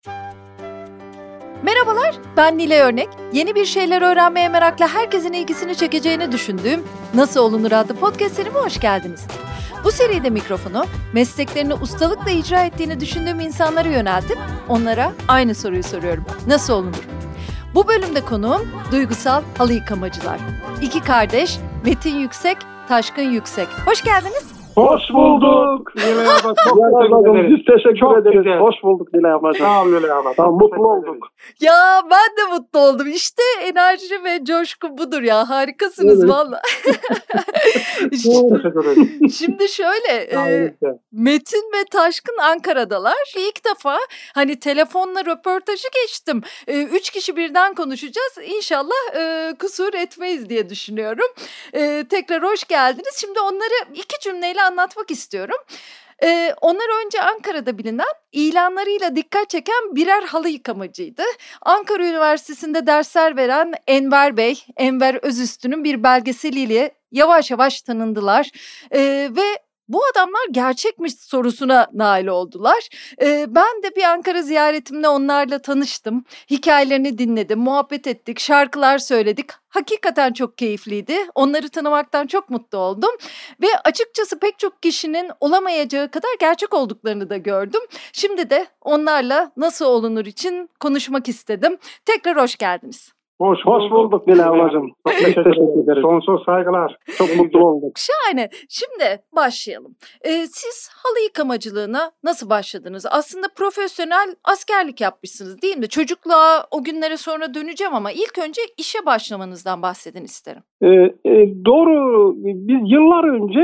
Merhabalar, ben Nilay Örnek. Yeni bir şeyler öğrenmeye merakla herkesin ilgisini çekeceğini düşündüğüm Nasıl Olunur adlı podcast serime hoş geldiniz. Bu seride mikrofonu mesleklerini ustalıkla icra ettiğini düşündüğüm insanlara yöneltip onlara aynı soruyu soruyorum. Nasıl olunur? Bu bölümde konuğum duygusal halı yıkamacılar. İki kardeş Metin Yüksek, Taşkın Yüksek. Hoş geldiniz. Hoş bulduk. Nilay abla Biz teşekkür ederiz. Güzel. Hoş bulduk Nilay ablacığım. Sağ ol Nilay abla. Mutlu olduk. Ya ben de mutlu oldum. İşte enerji ve coşku budur ya. Harikasınız Evet. valla. Teşekkür ederim. Şimdi şöyle Metin ve Taşkın Ankara'dalar. İlk defa hani telefonla röportajı geçtim. 3 kişi birden konuşacağız. İnşallah kusur etmeyiz diye düşünüyorum. Tekrar hoş geldiniz. Şimdi onları 2 cümleyle anlatmak istiyorum. Onlar önce Ankara'da bilinen, ilanlarıyla dikkat çeken birer halı yıkamacıydı. Ankara Üniversitesi'nde dersler veren Enver Özüstü'nün bir belgeseliyle yavaş yavaş tanındılar. Ve bu adamlar gerçekmiş sorusuna nail oldular. Ben de bir Ankara ziyaretimde onlarla tanıştım. Hikayelerini dinledim, muhabbet ettik, şarkılar söyledik. Hakikaten çok keyifliydi. Onları tanımaktan çok mutlu oldum. Ve açıkçası pek çok kişinin olamayacağı kadar gerçek olduklarını da gördüm. Şimdi de onlarla nasıl olunur için konuşmak istedim. Tekrar hoş geldiniz. Hoş bulduk Nilay ablacığım. Çok teşekkür ederiz. Sonsuz saygılar. Çok mutlu olduk. Şahane. Şimdi başlayalım. Siz halı yıkamacılığına nasıl başladınız? Aslında profesyonel askerlik yapmışsınız değil mi? Çocukluğa o günlere sonra döneceğim ama ilk önce işe başlamanızdan bahsedin isterim. Doğru. Biz yıllar önce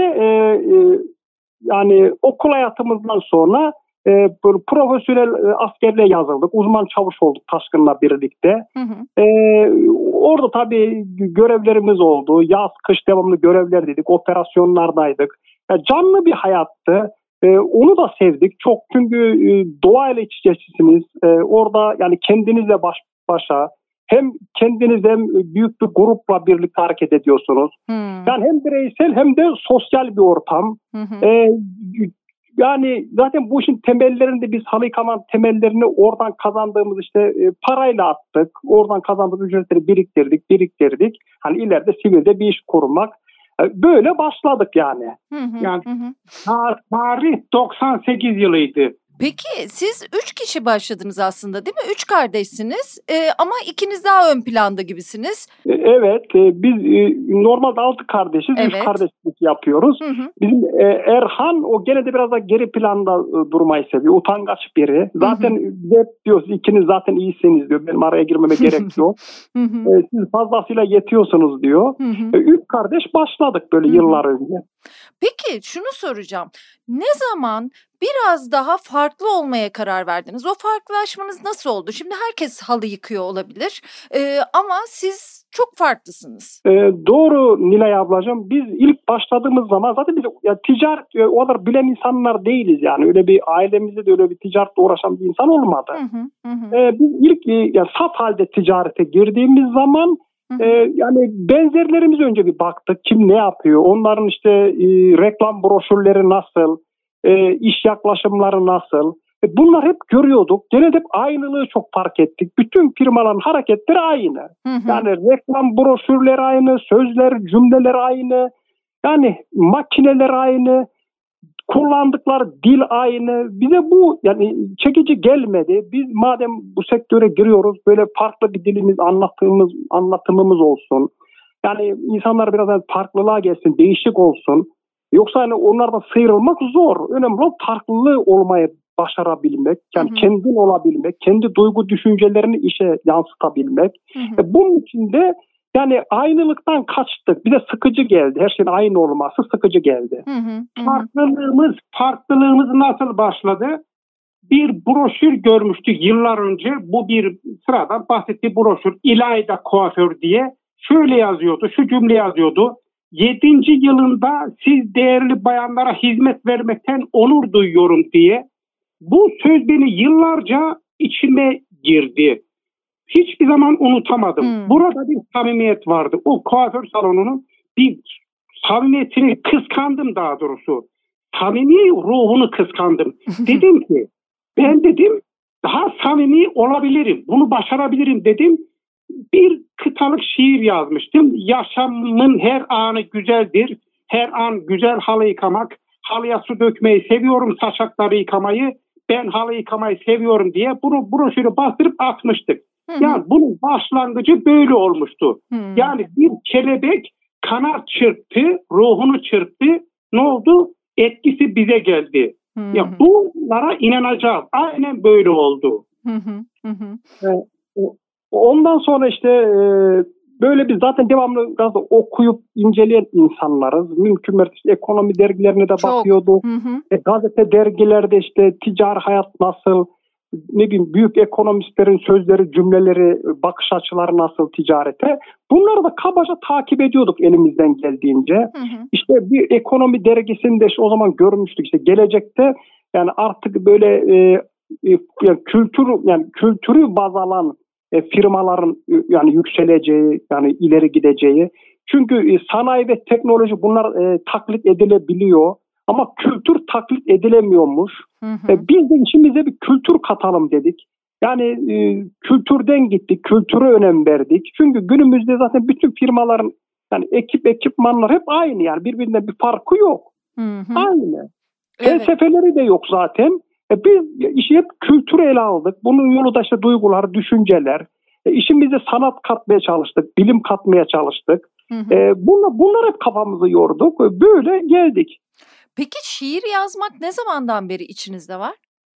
yani okul hayatımızdan sonra profesyonel askerliğe yazıldık. Uzman çavuş olduk Taşkın'la birlikte. Hı hı. Orada tabii görevlerimiz oldu. Yaz, kış devamlı görevlerdeydik. Operasyonlardaydık. Canlı bir hayattı. Onu da sevdik. Çok çünkü doğayla iç içesiniz. Orada yani kendinizle baş başa hem kendiniz hem büyük bir grupla birlikte hareket ediyorsunuz. Yani hem bireysel hem de sosyal bir ortam. Yani zaten bu işin temellerinde biz halı yıkamanın temellerini oradan kazandığımız işte parayla attık. Oradan kazandığımız ücretleri biriktirdik. Hani ileride sivilde bir iş kurmak. Böyle başladık yani. Yani tarih 98 yılıydı. Peki siz 3 kişi başladınız aslında değil mi? 3 kardeşsiniz ama ikiniz daha ön planda gibisiniz. Evet, biz normalde 6 kardeşiz. Evet. 3 kardeşlik yapıyoruz. Bizim Erhan o gene de biraz da geri planda durmayı seviyor. Utangaç biri. Zaten hep diyoruz ikiniz zaten iyisiniz diyor. Benim araya girmeme gerek yok. Siz fazlasıyla yetiyorsunuz diyor. 3 kardeş başladık böyle yıllar önce. Peki şunu soracağım. Ne zaman biraz daha farklı olmaya karar verdiniz? O farklılaşmanız nasıl oldu? Şimdi herkes halı yıkıyor olabilir ama siz çok farklısınız. Doğru Nilay ablacığım. Biz ilk başladığımız zaman zaten biz ticaret o kadar bilen insanlar değiliz yani. Öyle bir ailemizde de öyle bir ticaretle uğraşan bir insan olmadı. Biz ilk saf halde ticarete girdiğimiz zaman yani benzerlerimiz önce bir baktık. Kim ne yapıyor? Onların işte reklam broşürleri nasıl? İş yaklaşımları nasıl? Bunlar hep görüyorduk. Gene de hep aynılığı çok fark ettik. Bütün firmaların hareketleri aynı. Yani reklam broşürleri aynı, sözler, cümleler aynı. Yani makineler aynı. Kullandıkları dil aynı. Bize bu yani çekici gelmedi. Biz madem bu sektöre giriyoruz böyle farklı bir dilimiz, anlatımımız olsun. Yani insanlar biraz farklılığa gelsin, değişik olsun. Yoksa hani onlardan sıyrılmak zor. Önemli olan farklılığı olmayı başarabilmek. Yani kendin olabilmek, kendi duygu düşüncelerini işe yansıtabilmek. Bunun için de yani aynılıktan kaçtık. Bir de sıkıcı geldi. Her şeyin aynı olması sıkıcı geldi. Farklılığımız nasıl başladı? Bir broşür görmüştük yıllar önce. Bu bir sıradan basit bir broşür. İlayda Kuaför diye. Şöyle yazıyordu, şu cümle yazıyordu. 7. yılında siz değerli bayanlara hizmet vermekten onur duyuyorum diye. Bu söz beni yıllarca içime girdi. Hiçbir zaman unutamadım. Burada bir samimiyet vardı. O kuaför salonunun bir samimiyetini kıskandım daha doğrusu. Samimi ruhunu kıskandım. Dedim ki ben dedim daha samimi olabilirim, bunu başarabilirim dedim. Bir kıtalık şiir yazmıştım. Yaşamın her anı güzeldir. Her an güzel halı yıkamak. Halıya su dökmeyi seviyorum, saçakları yıkamayı. Ben halı yıkamayı seviyorum diye bunu broşürü bastırıp atmıştık. Yani bunun başlangıcı böyle olmuştu. Yani bir kelebek kanat çırptı, ruhunu çırptı. Ne oldu? Etkisi bize geldi. Ya bunlara inanacağız. Aynen böyle oldu. Ondan sonra işte böyle biz zaten devamlı okuyup inceleyen insanlarız. Mümkün mertebe ekonomi dergilerine de bakıyorduk. Gazete dergilerde işte ticari hayat nasıl, ne bileyim büyük ekonomistlerin sözleri, cümleleri, bakış açıları nasıl ticarete. Bunları da kabaca takip ediyorduk elimizden geldiğince. İşte bir ekonomi dergisinde işte o zaman görmüştük işte gelecekte yani artık böyle kültürü baz alan firmaların yani yükseleceği, yani ileri gideceği. Çünkü sanayi ve teknoloji bunlar taklit edilebiliyor ama kültür taklit edilemiyormuş. Biz de işimize bir kültür katalım dedik. Yani kültürden gittik, kültüre önem verdik. Çünkü günümüzde zaten bütün firmaların yani ekipmanlar hep aynı, yani birbirinden bir farkı yok. Aynı. Felsefeleri de yok zaten. Biz işi hep kültüre ele aldık. Bunun yolu da işte duygular, düşünceler. İşimize sanat katmaya çalıştık, bilim katmaya çalıştık. Bunlar hep kafamızı yorduk. Böyle geldik. Peki şiir yazmak ne zamandan beri içinizde var?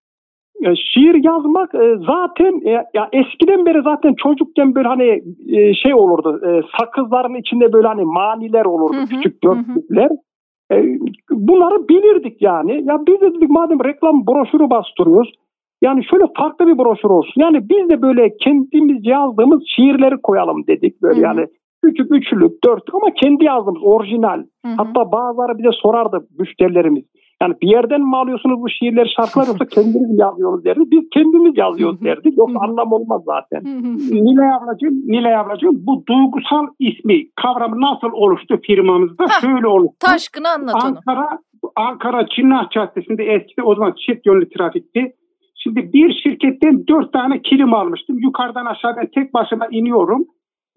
Şiir yazmak zaten ya eskiden beri zaten çocukken böyle hani şey olurdu. Sakızların içinde böyle hani maniler olurdu, küçük dörtlükler. Bunları bilirdik yani. Ya biz de dedik madem reklam broşürü bastırıyoruz. Yani şöyle farklı bir broşür olsun. Yani biz de böyle kendimiz yazdığımız şiirleri koyalım dedik. Böyle yani küçük üçlük, dörtlük ama kendi yazdığımız orijinal. Hatta bazıları bize sorardı müşterilerimiz. Yani bir yerden mi alıyorsunuz bu şiirleri, şarkılar yoksa kendiniz mi yazıyorsunuz derdik. Biz kendimiz yazıyoruz derdik. Yoksa anlam olmaz zaten. Nilay ablacığım bu duygusal ismi kavramı nasıl oluştu firmamızda? Şöyle oluştu. Taşkın'ı anlat onu. Ankara Cinnah Caddesi'nde eskide o zaman çift yönlü trafikti. Şimdi bir şirketten 4 tane kilim almıştım. Yukarıdan aşağıdan tek başıma iniyorum.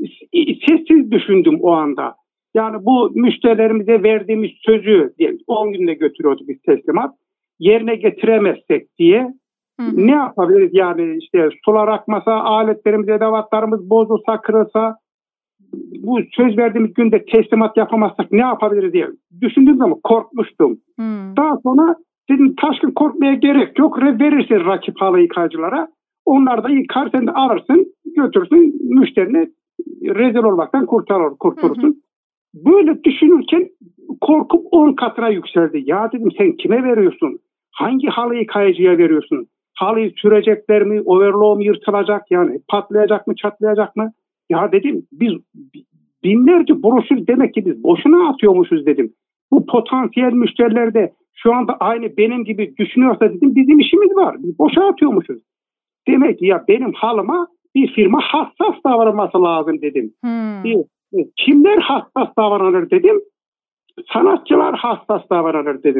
Sessiz düşündüm o anda. Yani bu müşterilerimize verdiğimiz sözü 10 günde götürüyorduk biz teslimat. Yerine getiremezsek diye ne yapabiliriz? Yani işte sular akmasa, aletlerimiz, edevatlarımız bozulsa, kırılsa, bu söz verdiğimiz günde teslimat yapamazsak ne yapabiliriz diye düşündüğüm zaman korkmuştum. Daha sonra dedim Taşkın korkmaya gerek yok. Verirsin rakip halı yıkayıcılara. Onlar da yıkar, sen de alırsın, götürsün müşterine rezil olmaktan kurtulursun. Böyle düşünürken korkup 10 katına yükseldi. Ya dedim sen kime veriyorsun? Hangi halı yıkayıcıya veriyorsun? Halıyı sürecekler mi? Overlock mu yırtılacak? Yani patlayacak mı, çatlayacak mı? Ya dedim biz binlerce broşür demek ki biz boşuna atıyormuşuz dedim. Bu potansiyel müşteriler de şu anda aynı benim gibi düşünüyorsa dedim bizim işimiz var. Biz boşa atıyormuşuz. Demek ki ya benim halıma bir firma hassas davranması lazım dedim. Kimler hassas davranır dedim. Sanatçılar hassas davranır dedim.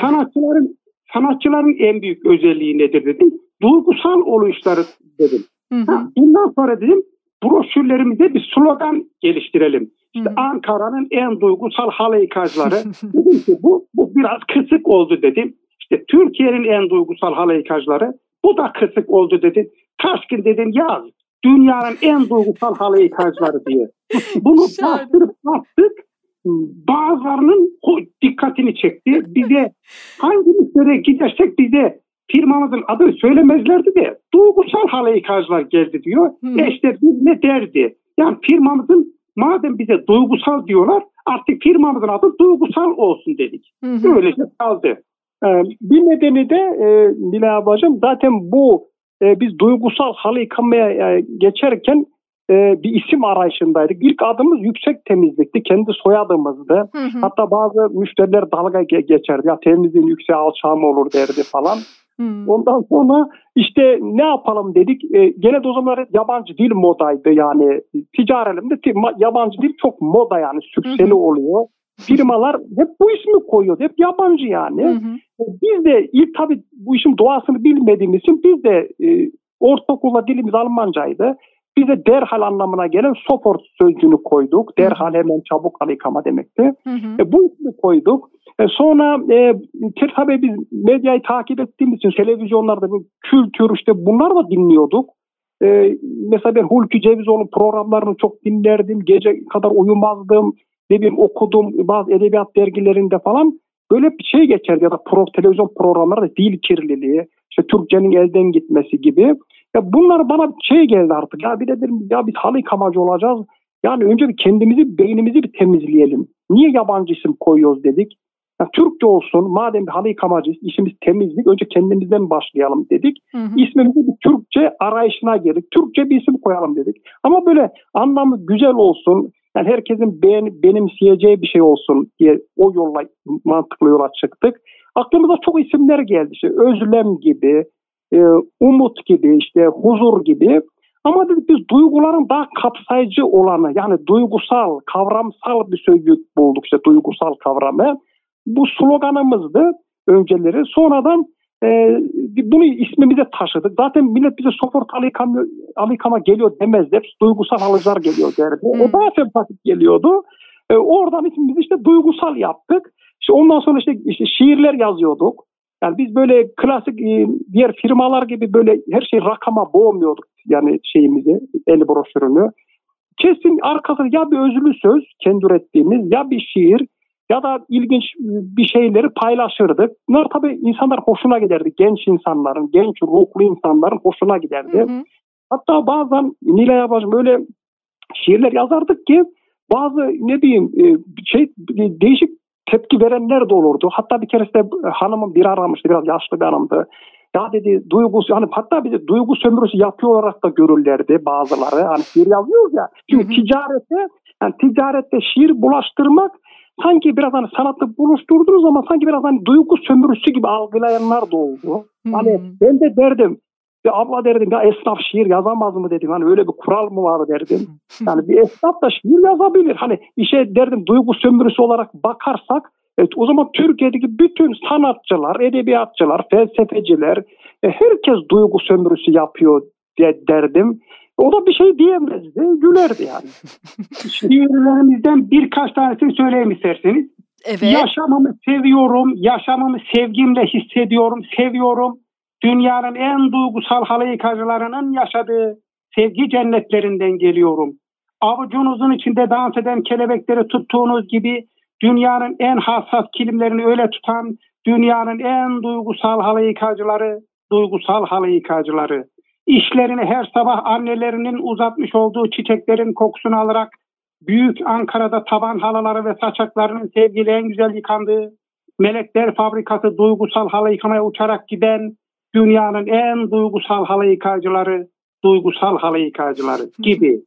Sanatçıların en büyük özelliği nedir dedim. Duygusal oluşları dedim. Bundan sonra dedim broşürlerimize bir slogan geliştirelim. İşte Ankara'nın en duygusal halı yıkayıcıları. Dedim ki bu biraz kısık oldu dedim. İşte Türkiye'nin en duygusal halı yıkayıcıları. Bu da kısık oldu dedim. Taşkın dedim yaz. Dünyanın en duygusal halı yıkayıcıları diye. Bunu bastırıp bastık. Bazılarının dikkatini çekti. Bize hangi müşteriye gidersek bize firmamızın adını söylemezlerdi de duygusal halı yıkayıcılar geldi diyor. İşte ne derdi? Yani firmamızın madem bize duygusal diyorlar artık firmamızın adı duygusal olsun dedik. Böylece kaldı. Bir nedeni de Nilay ablacığım zaten bu biz duygusal halı yıkamaya geçerken bir isim arayışındaydık. İlk adımız yüksek temizlikti. Kendi soyadımızdı. Hatta bazı müşteriler dalga geçerdi. Ya temizliğin yükseği alçağı mı olur derdi falan. Ondan sonra işte ne yapalım dedik. Gene de o zamanlar yabancı dil modaydı yani. Ticaretimde yabancı dil çok moda yani. Sükseli oluyor. Firmalar hep bu ismi koyuyordu. Hep yabancı yani. Biz de ilk tabii bu işin doğasını bilmediğimiz için biz de ortaokulda dilimiz Almancaydı. Bize derhal anlamına gelen sofort sözcüğünü koyduk. Derhal hemen çabuk halı yıkama demekti. Bu ismi koyduk. Sonra tabii biz medyayı takip ettiğimiz için televizyonlarda bu kültür işte bunlar da dinliyorduk. Mesela ben Hulki Cevizoğlu programlarını çok dinlerdim. Gece kadar uyumazdım. Ne bileyim okudum bazı edebiyat dergilerinde falan. Böyle bir şey geçerdi ya da televizyon programları da dil kirliliği, işte Türkçenin elden gitmesi gibi. Ya bunlar bana şey geldi artık. Ya bir dedim ya biz halı yıkamacı olacağız. Yani önce bir kendimizi, beynimizi bir temizleyelim. Niye yabancı isim koyuyoruz dedik. Ya Türkçe olsun madem bir halı yıkamacıyız, işimiz temizlik. Önce kendimizden başlayalım dedik. İsmimizi bir Türkçe arayışına girdik. Türkçe bir isim koyalım dedik. Ama böyle anlamı güzel olsun. Yani herkesin benimseyeceği bir şey olsun diye o yolla mantıklı yola çıktık. Aklımıza çok isimler geldi. İşte Özlem gibi, Umut gibi, işte Huzur gibi. Ama dedik biz duyguların daha kapsayıcı olanı yani duygusal, kavramsal bir sözcük bulduk işte duygusal kavramı. Bu sloganımızdı önceleri. Sonradan bunu ismimize taşıdık. Zaten millet bize sofort halı yıkama geliyor demezler. Duygusal halıcılar geliyor derdi. O daha sempatik geliyordu. Oradan ismimizi işte duygusal yaptık. İşte ondan sonra işte şiirler yazıyorduk. Yani biz böyle klasik diğer firmalar gibi böyle her şeyi rakama boğmuyorduk yani şeyimizi, el broşürünü. Kesin arkasında ya bir özlü söz kendi ürettiğimiz ya bir şiir ya da ilginç bir şeyleri paylaşırdık. Bunlar tabii insanlar hoşuna giderdi. Genç insanların, genç ruhlu insanların hoşuna giderdi. Hatta bazen Nilay ablacığım öyle şiirler yazardık ki bazı ne diyeyim değişik tepki verenler de olurdu. Hatta bir keresinde hanımın biri aramıştı. Biraz yaşlı bir hanımdı. Ya dedi duygusu hani hatta bizi duygu sömürüsü yapıyor olarak da görürlerdi bazıları. Hani şiir yazıyoruz ya. Çünkü ticarette şiir bulaştırmak sanki biraz hani sanatı buluşturduğunuz zaman sanki biraz hani duygu sömürüsü gibi algılayanlar da oldu. Hani ben de derdim ya abla derdim ya esnaf şiir yazamaz mı dedim. Hani öyle bir kural mı var derdim. Yani bir esnaf da şiir yazabilir. Hani işe derdim duygu sömürüsü olarak bakarsak o zaman Türkiye'deki bütün sanatçılar, edebiyatçılar, felsefeciler herkes duygu sömürüsü yapıyor diye derdim. O da bir şey diyemezdi, gülerdi yani. Şiirlerimizden birkaç tanesini söyleyeyim isterseniz. Evet. Yaşamımı seviyorum, yaşamımı sevgimle hissediyorum, seviyorum. Dünyanın en duygusal halı yıkacılarının yaşadığı sevgi cennetlerinden geliyorum. Avucunuzun içinde dans eden kelebekleri tuttuğunuz gibi dünyanın en hassas kilimlerini öyle tutan dünyanın en duygusal halı yıkacıları, duygusal halı yıkacıları. İşlerini her sabah annelerinin uzatmış olduğu çiçeklerin kokusunu alarak büyük Ankara'da taban halıları ve saçaklarının sevgiyle en güzel yıkandığı Melekler Fabrikası duygusal halı yıkamaya uçarak giden dünyanın en duygusal halı yıkacıları, duygusal halı yıkacıları gibi.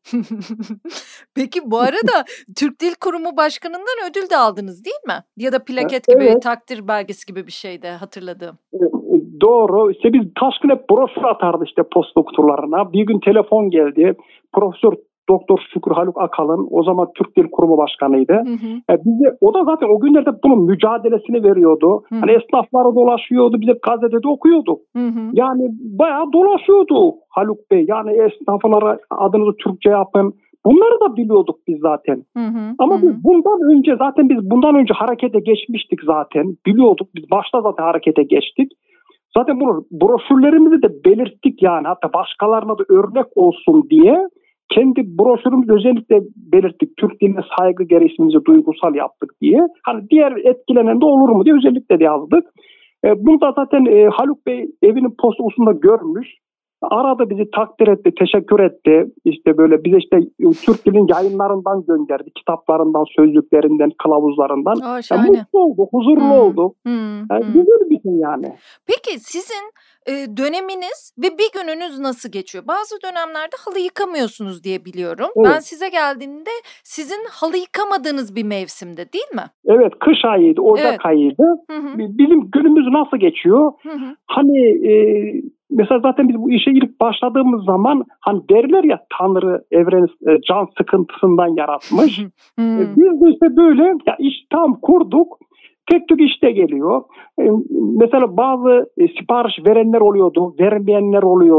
Peki bu arada Türk Dil Kurumu Başkanı'ndan ödül de aldınız değil mi? Ya da plaket gibi, evet. Takdir belgesi gibi bir şey de hatırladım. Doğru. İşte biz Taşkın hep broşür atardı işte posta kutularına. Bir gün telefon geldi. Profesör Doktor Şükrü Haluk Akalın o zaman Türk Dil Kurumu Başkanı'ydı. Bize, o da zaten o günlerde bunun mücadelesini veriyordu. Hani esnaflara dolaşıyordu. Bize gazetede okuyorduk. Yani bayağı dolaşıyordu Haluk Bey. Yani esnaflara adınızı Türkçe yapın. Bunları da biliyorduk biz zaten. Ama biz bundan önce harekete geçmiştik zaten. Biliyorduk. Biz başta zaten harekete geçtik. Zaten bunu broşürlerimizi de belirttik yani. Hatta başkalarına da örnek olsun diye kendi broşürümüzü özellikle belirttik. Türk diline saygı gereksinimimizi duygusal yaptık diye. Hani diğer etkilenen de olur mu diye özellikle de yazdık. Bunu da zaten Haluk Bey evinin postasında görmüş. Aradı bizi takdir etti, teşekkür etti. İşte böyle bize işte Türk dilin yayınlarından gönderdi. Kitaplarından, sözlüklerinden, kılavuzlarından. Yani mutlu olduk, huzurlu olduk. Yani güzel bir şey yani. Peki sizin döneminiz ve bir gününüz nasıl geçiyor? Bazı dönemlerde halı yıkamıyorsunuz diye biliyorum. Evet. Ben size geldiğimde sizin halı yıkamadığınız bir mevsimde değil mi? Evet, kış ayıydı, Ocak ayıydı. Bizim günümüz nasıl geçiyor? Hani mesela zaten biz bu işe ilk başladığımız zaman hani derler ya Tanrı evreni can sıkıntısından yaratmış. Biz de işte böyle ya iş tam kurduk. Tek tük işte geliyor. Mesela bazı sipariş verenler oluyordu, vermeyenler oluyordu.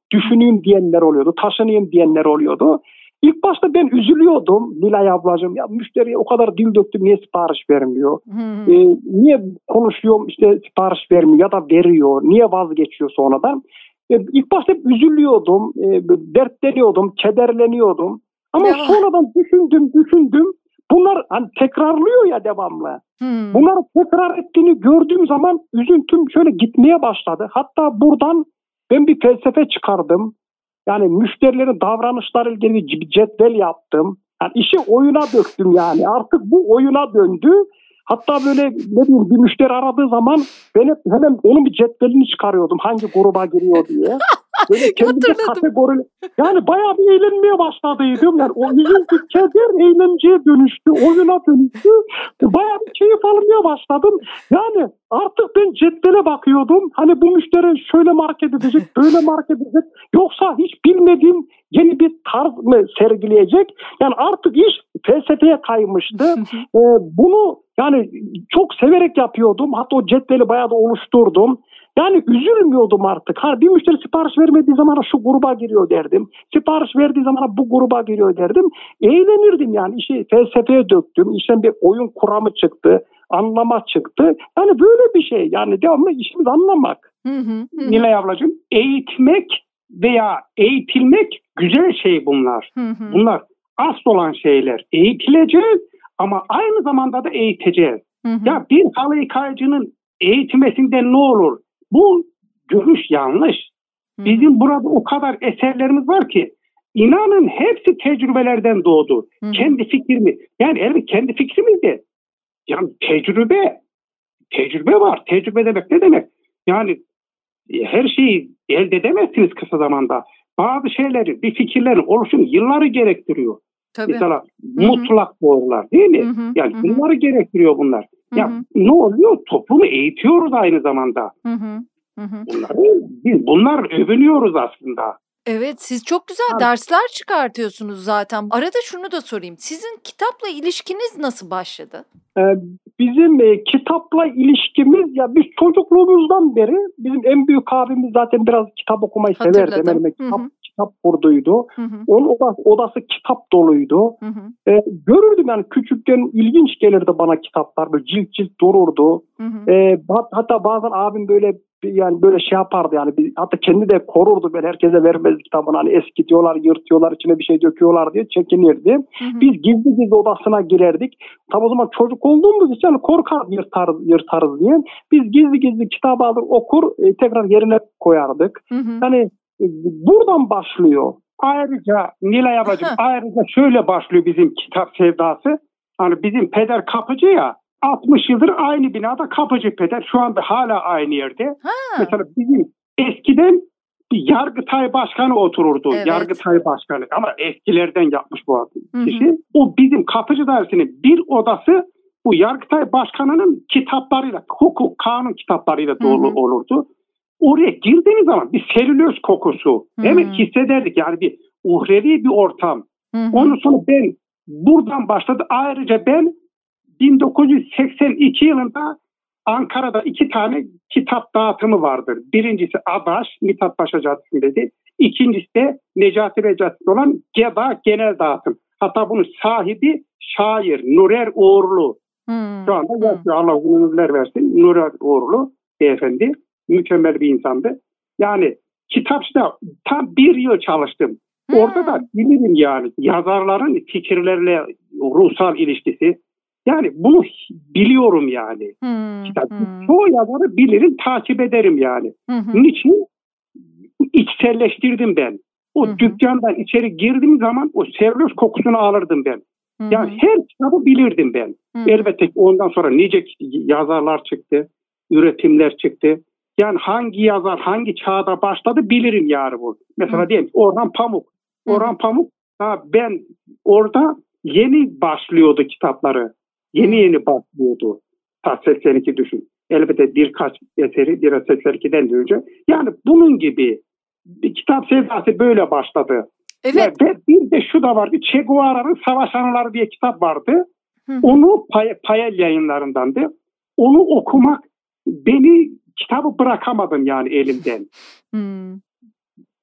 düşüneyim diyenler oluyordu, taşınayım diyenler oluyordu. İlk başta ben üzülüyordum Nilay ablacığım. Ya müşteriye o kadar dil döktüm, niye sipariş vermiyor? Niye konuşuyorum işte sipariş vermiyor ya da veriyor? Niye vazgeçiyor sonradan? İlk başta hep üzülüyordum, dertleniyordum, kederleniyordum. Ama sonradan düşündüm. Bunlar hani tekrarlıyor ya devamlı. Bunları tekrar ettiğini gördüğüm zaman üzüntüm şöyle gitmeye başladı. Hatta buradan ben bir felsefe çıkardım. Yani müşterilerin davranışları ilgili bir cetvel yaptım. Yani işi oyuna döktüm yani. Artık bu oyuna döndü. Hatta böyle ne diyeyim, bir müşteri aradığı zaman ben hep hemen onun bir cetvelini çıkarıyordum. Hangi gruba giriyor diye. Böyle kendime kategori. Yani bayağı bir eğlenmeye başladıydım. Yani o üzüntü, keder eğlenceye dönüştü. Oyuna dönüştü. Bayağı bir keyif almaya başladım. Yani artık ben cetvele bakıyordum. Hani bu müşteri şöyle market edecek, böyle market edecek. Yoksa hiç bilmediğim yeni bir tarz mı sergileyecek? Yani artık iş felsefeye kaymıştı. Bunu yani çok severek yapıyordum. Hatta o cetveli bayağı da oluşturdum. Yani üzülmüyordum artık. Hani bir müşteri sipariş vermediği zaman şu gruba giriyor derdim. Sipariş verdiği zaman bu gruba giriyor derdim. Eğlenirdim yani. İşi felsefeye döktüm. İşten bir oyun kuramı çıktı. Anlama çıktı. Yani böyle bir şey. Yani devamlı işimiz anlamak. Nilay ablacığım, eğitmek veya eğitilmek güzel şey bunlar. Bunlar asıl olan şeyler. Eğitileceğiz ama aynı zamanda da eğiteceğiz. Ya bir halı yıkayıcının eğitmesinden ne olur? Bu görüş yanlış. Bizim burada o kadar eserlerimiz var ki inanın hepsi tecrübelerden doğdu. Kendi fikrimi. Yani elbette kendi fikrimiz de. Yani tecrübe var. Tecrübe demek ne demek? Yani her şeyi elde edemezsiniz kısa zamanda. Bazı şeyleri, bir fikirlerin oluşum yılları gerektiriyor. Tabii. Mesela mutlak doğrular değil mi? Yani yılları gerektiriyor bunlar. Ya ne oluyor? Toplumu eğitiyoruz aynı zamanda. Bunlar övünüyoruz aslında. Evet, siz çok güzel dersler çıkartıyorsunuz zaten. Arada şunu da sorayım. Sizin kitapla ilişkiniz nasıl başladı? Bizim kitapla ilişkimiz, ya biz çocukluğumuzdan beri, bizim en büyük abimiz zaten biraz kitap okumayı severdi. Hemen kitap kurduydu. Onun odası kitap doluydu. Görürdüm yani, küçükken ilginç gelirdi bana kitaplar. Böyle cilt cilt dururdu. Hatta bazen abim böyle yani böyle şey yapardı yani, hatta kendi de korurdu, böyle herkese vermez kitabını, hani eski diyorlar, yırtıyorlar, içine bir şey döküyorlar diye çekinirdi. Biz gizli odasına girerdik. Tabi o zaman çocuk olduğumuz için korkar yırtarız diye. Biz gizli kitabı alır okur, tekrar yerine koyardık. Yani buradan başlıyor. Ayrıca Nilay ablacığım, ayrıca şöyle başlıyor bizim kitap sevdası. Hani bizim peder kapıcı ya. 60 yıldır aynı binada kapıcı peder. Şu anda hala aynı yerde. Mesela bizim eskiden bir Yargıtay Başkanı otururdu. Evet. Yargıtay Başkanı. Ama eskilerden yapmış bu kişi. O bizim kapıcı dairesinin bir odası bu Yargıtay Başkanı'nın kitaplarıyla, hukuk, kanun kitaplarıyla dolu olurdu. Oraya girdiğimiz zaman bir selüloz kokusu hemen hissederdik. Yani bir uhrevi bir ortam. Ondan sonra ben buradan başladı. Ayrıca ben 1982 yılında Ankara'da 2 tane kitap dağıtımı vardır. Birincisi Adaş, Mithat Paşa Caddesi'ndeydi. İkincisi de Necati Bey Caddesi'nde olan GEDA Genel Dağıtım. Hatta bunun sahibi şair Nurer Uğurlu. Şu anda yaşıyor, Allah uzun ömürler versin. Nurer Uğurlu beyefendi. Mükemmel bir insandı. Yani kitapçıda tam 1 yıl çalıştım. Orada da bilirim yani yazarların fikirlerle ruhsal ilişkisi. Yani bunu biliyorum yani. Çoğu yazarı bilirim, takip ederim yani. Niçin? İçselleştirdim ben. O dükkandan içeri girdiğim zaman o selüloz kokusunu alırdım ben. Yani her kitabı bilirdim ben. Elbette ondan sonra nice yazarlar çıktı, üretimler çıktı. Yani hangi yazar hangi çağda başladı bilirim yani bu. Mesela diyelim Orhan Pamuk. Orhan Pamuk, ben orada yeni başlıyordu kitapları. Yeni başlıyordu. 82 düşün. Elbette birkaç eseri 82'den de önce. Yani bunun gibi bir kitap sevdası böyle başladı. Evet. Ve bir de şu da vardı. Che Guevara'nın Savaş Anıları diye kitap vardı. Onu Payel yayınlarındandı. Onu okumak, beni kitabı bırakamadım yani elimden.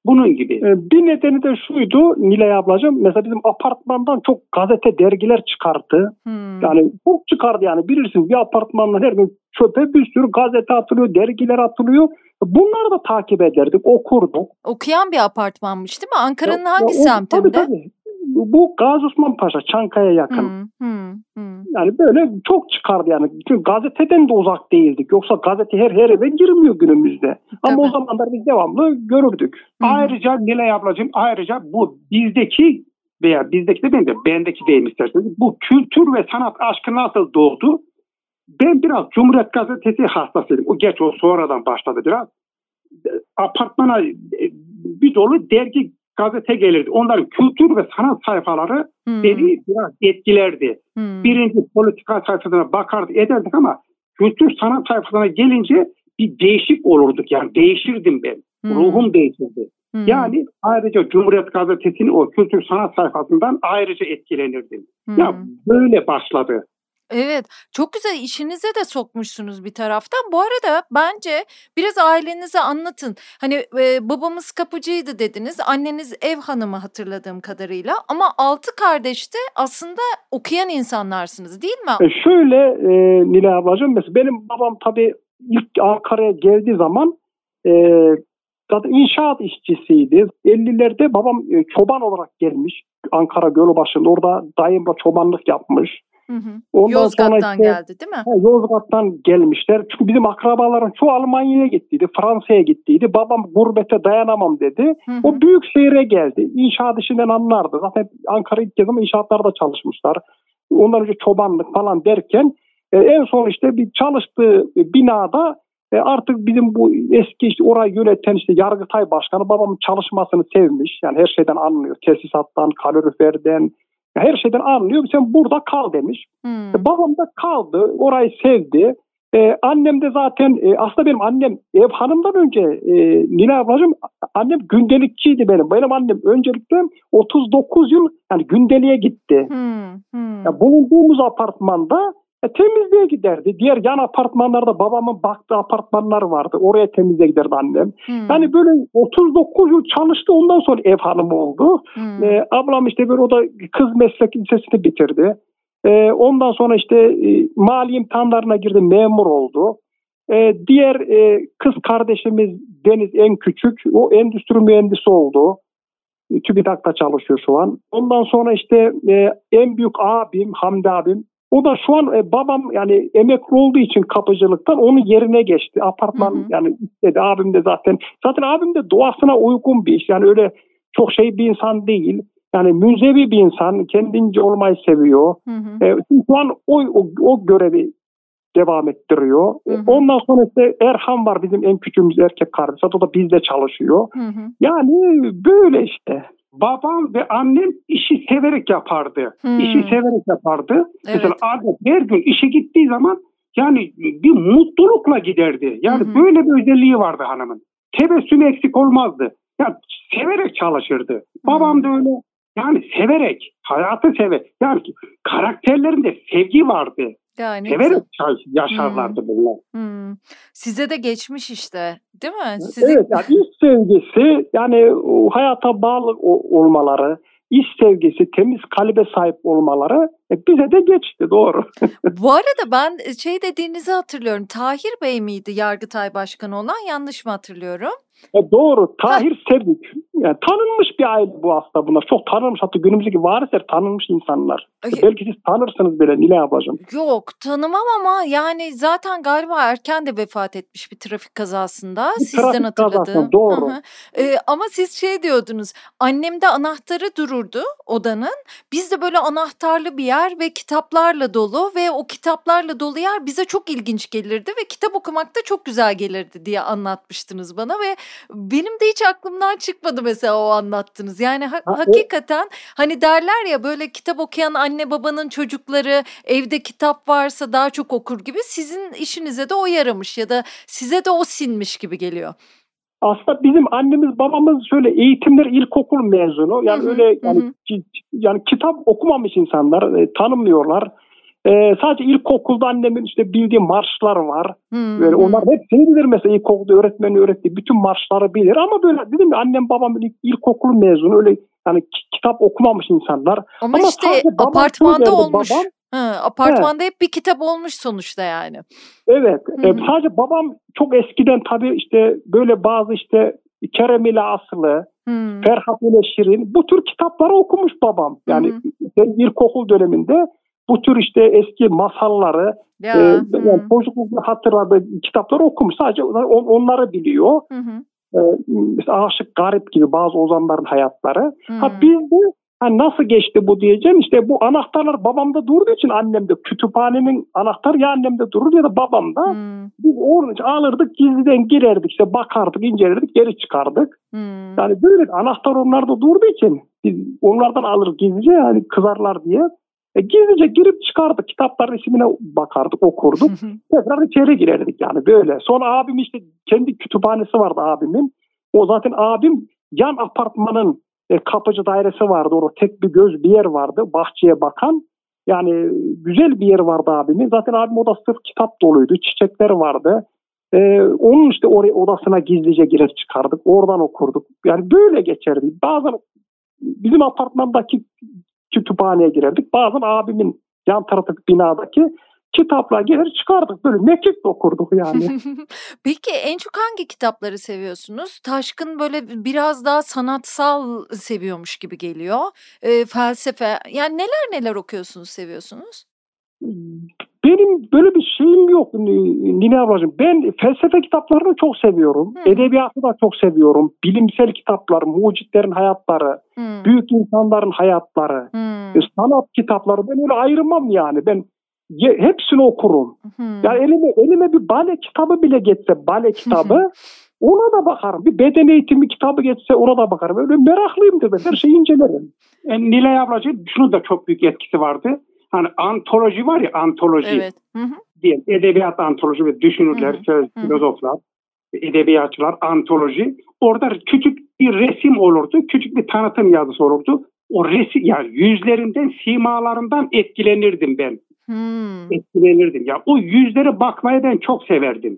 Bunun gibi. Bir nedeni de şuydu Nilay ablacığım. Mesela bizim apartmandan çok gazete, dergiler çıkardı. Yani çok çıkardı yani. Bilirsiniz bir apartmandan her gün çöpe bir sürü gazete atılıyor, dergiler atılıyor. Bunları da takip ederdik, okurduk. Okuyan bir apartmanmış değil mi? Ankara'nın hangi semtinde? Tabii. Bu Gazi Osman Paşa, Çankaya yakın. Yani böyle çok çıkardı yani. Çünkü gazeteden de uzak değildik. Yoksa gazete her eve girmiyor günümüzde. Ama o zamanlar biz devamlı görürdük. Ayrıca Nilay ablacığım, bu bizdeki veya bizdeki de bendeki değil isterseniz. Bu kültür ve sanat aşkı nasıl doğdu? Ben biraz Cumhuriyet Gazetesi hastasıydım. O sonradan başladı biraz. Apartmana bir dolu dergi, gazete gelirdi. Onların kültür ve sanat sayfaları beni biraz etkilerdi. Birinci politika sayfasına bakardık, ederdik ama kültür sanat sayfasına gelince bir değişik olurduk. Yani değişirdim ben. Ruhum değişirdi. Yani ayrıca Cumhuriyet Gazetesi'nin o kültür sanat sayfasından ayrıca etkilenirdim. Ya böyle başladı. Evet, çok güzel işinize de sokmuşsunuz bir taraftan. Bu arada bence biraz ailenize anlatın. Hani babamız kapıcıydı dediniz, anneniz ev hanımı hatırladığım kadarıyla. Ama 6 kardeş de aslında okuyan insanlarsınız değil mi? Şöyle Nilay ablacığım, mesela benim babam tabii ilk Ankara'ya geldiği zaman zaten inşaat işçisiydi. 50'lerde babam çoban olarak gelmiş. Ankara Gölbaşı'nda orada dayımla çobanlık yapmış. Yozgat'tan geldi değil mi? Yozgat'tan gelmişler. Çünkü bizim akrabaların çoğu Almanya'ya gittiydi, Fransa'ya gittiydi. Babam gurbete dayanamam dedi. O büyük şehre geldi. İnşaat işinden anlardı. Zaten Ankara ilk kez ama inşaatlarda çalışmışlar. Ondan önce çobanlık falan derken en son işte bir çalıştığı binada artık bizim bu eski işte orayı yöneten işte Yargıtay Başkanı babamın çalışmasını sevmiş. Yani her şeyden anlıyor. Tesisattan, kaloriferden, her şeyden anlıyor. Sen burada kal demiş. Babam da kaldı. Orayı sevdi. Annem de zaten aslında benim annem ev hanımdan önce Nilay ablacığım, annem gündelikçiydi benim. Benim annem öncelikle 39 yıl yani gündeliğe gitti. Yani bulunduğumuz apartmanda temizliğe giderdi. Diğer yan apartmanlarda babamın baktığı apartmanlar vardı. Oraya temizliğe giderdi annem. Yani böyle 39 yıl çalıştı. Ondan sonra ev hanımı oldu. Ablam işte böyle o da kız meslek lisesini bitirdi. Ondan sonra işte mali imtihanlarına girdi. Memur oldu. Diğer kız kardeşimiz Deniz en küçük. O endüstri mühendisi oldu. TÜBİTAK'ta çalışıyor şu an. Ondan sonra işte en büyük abim Hamdi abim. O da şu an babam yani emekli olduğu için kapıcılıktan onun yerine geçti. Apartman yani istedi. Abim de zaten abim de doğasına uygun bir iş. Yani öyle çok bir insan değil. Yani münzevi bir insan. Kendince olmayı seviyor. Şu an o görevi devam ettiriyor. Ondan sonra işte Erhan var bizim en küçüğümüz erkek kardeş. O da bizde çalışıyor. Yani böyle işte. Babam ve annem işi severek yapardı. İşi severek yapardı. Evet. Mesela her gün işe gittiği zaman yani bir mutlulukla giderdi. Yani böyle bir özelliği vardı hanımın. Tebessümü eksik olmazdı. Yani severek çalışırdı. Babam da öyle. Yani severek, hayatı yani karakterlerinde sevgi vardı. Yani severek yaşarlardı bunlar. Size de geçmiş işte, değil mi? Evet, yani iş sevgisi, yani hayata bağlı olmaları, iş sevgisi, temiz kalbe sahip olmaları bize de geçti, doğru. Bu arada ben dediğinizi hatırlıyorum. Tahir Bey miydi Yargıtay Başkanı olan? Yanlış mı hatırlıyorum? Doğru. Tahir Sevdik. Yani tanınmış bir aile bu aslında bunlar. Çok tanınmış. Hatta günümüzdeki varisler tanınmış insanlar. Belki siz tanırsınız böyle Nilay ablacığım. Yok tanımam ama yani zaten galiba erken de vefat etmiş bir trafik kazasında. Sizden hatırladığım. Doğru. Ama siz diyordunuz. Annemde anahtarı dururdu odanın. Bizde böyle anahtarlı bir yer ve kitaplarla dolu ve o kitaplarla dolu yer bize çok ilginç gelirdi ve kitap okumak da çok güzel gelirdi diye anlatmıştınız bana ve benim de hiç aklımdan çıkmadı mesela o anlattınız. Yani hakikaten hani derler ya böyle kitap okuyan anne babanın çocukları evde kitap varsa daha çok okur gibi sizin işinize de o yaramış ya da size de o sinmiş gibi geliyor. Aslında bizim annemiz babamız şöyle eğitimler ilkokul mezunu. Yani öyle yani kitap okumamış insanlar tanımıyorlar. Sadece ilkokulda annemin işte bildiği marşlar var. Böyle onlar hepsini bilir mesela, ilkokulda öğretmeni öğrettiği bütün marşları bilir. Ama böyle dedim ya, annem babam ilkokul mezunu, öyle yani kitap okumamış insanlar. Ama işte apartmanda olmuş. Apartmanda hep bir kitap olmuş sonuçta yani. Evet. Sadece babam çok eskiden tabii işte böyle bazı işte Kerem ile Aslı, Ferhat ile Şirin, bu tür kitapları okumuş babam. Yani ilkokul döneminde bu tür işte eski masalları, yani çocuklukta hatırladığı kitapları okumuş. Sadece onları biliyor. Mesela Aşık Garip gibi bazı ozanların hayatları. Biz de nasıl geçti bu diyeceğim. İşte bu anahtarlar babamda durduğu için, annemde kütüphanenin anahtarı ya annemde durur ya da babamda. Biz onu alırdık, gizliden girerdik, işte bakardık, incelerdik, geri çıkardık. Yani böyle anahtar onlarda durduğu için biz onlardan alırız gizlice, yani kızarlar diye. Gizlice girip çıkardık, kitapların ismine bakardık, okurduk. Tekrar içeri girerdik yani böyle. Sonra abim işte kendi kütüphanesi vardı abimin. O zaten abim yan apartmanın kapıcı dairesi vardı. Orada tek bir göz bir yer vardı, bahçeye bakan. Yani güzel bir yer vardı abimin. Zaten abim odası sırf kitap doluydu, çiçekler vardı. Onun işte oraya odasına gizlice girer çıkardık. Oradan okurduk. Yani böyle geçerdi. Bazen bizim apartmandaki kütüphaneye girerdik. Bazen abimin yan taraftaki binadaki kitapla girer çıkardık. Böyle mekik okurduk yani. Peki en çok hangi kitapları seviyorsunuz? Taşkın böyle biraz daha sanatsal seviyormuş gibi geliyor. Felsefe. Yani neler okuyorsunuz, seviyorsunuz? Benim böyle bir şeyim yok Nine ablacığım. Ben felsefe kitaplarını çok seviyorum. Edebiyatı da çok seviyorum. Bilimsel kitaplar, mucitlerin hayatları, büyük insanların hayatları, sanat kitapları. Ben öyle ayırmam yani. Ben hepsini okurum. Yani elime bir bale kitabı bile geçse, bale kitabı, ona da bakarım. Bir beden eğitimi kitabı geçse ona da bakarım. Öyle meraklıyımdır ben. Her şeyi incelerim. Nilay ablacığım, şunun da çok büyük etkisi vardı. Hani antoloji var ya, antoloji. Evet. Diyelim, edebiyat antoloji ve düşünürler, filozoflar, edebiyatçılar antoloji. Orada küçük bir resim olurdu, küçük bir tanıtım yazısı olurdu. O resim, yani yüzlerinden, simalarından etkilenirdim ben. Etkilenirdim. Ya o yüzlere bakmayı ben çok severdim.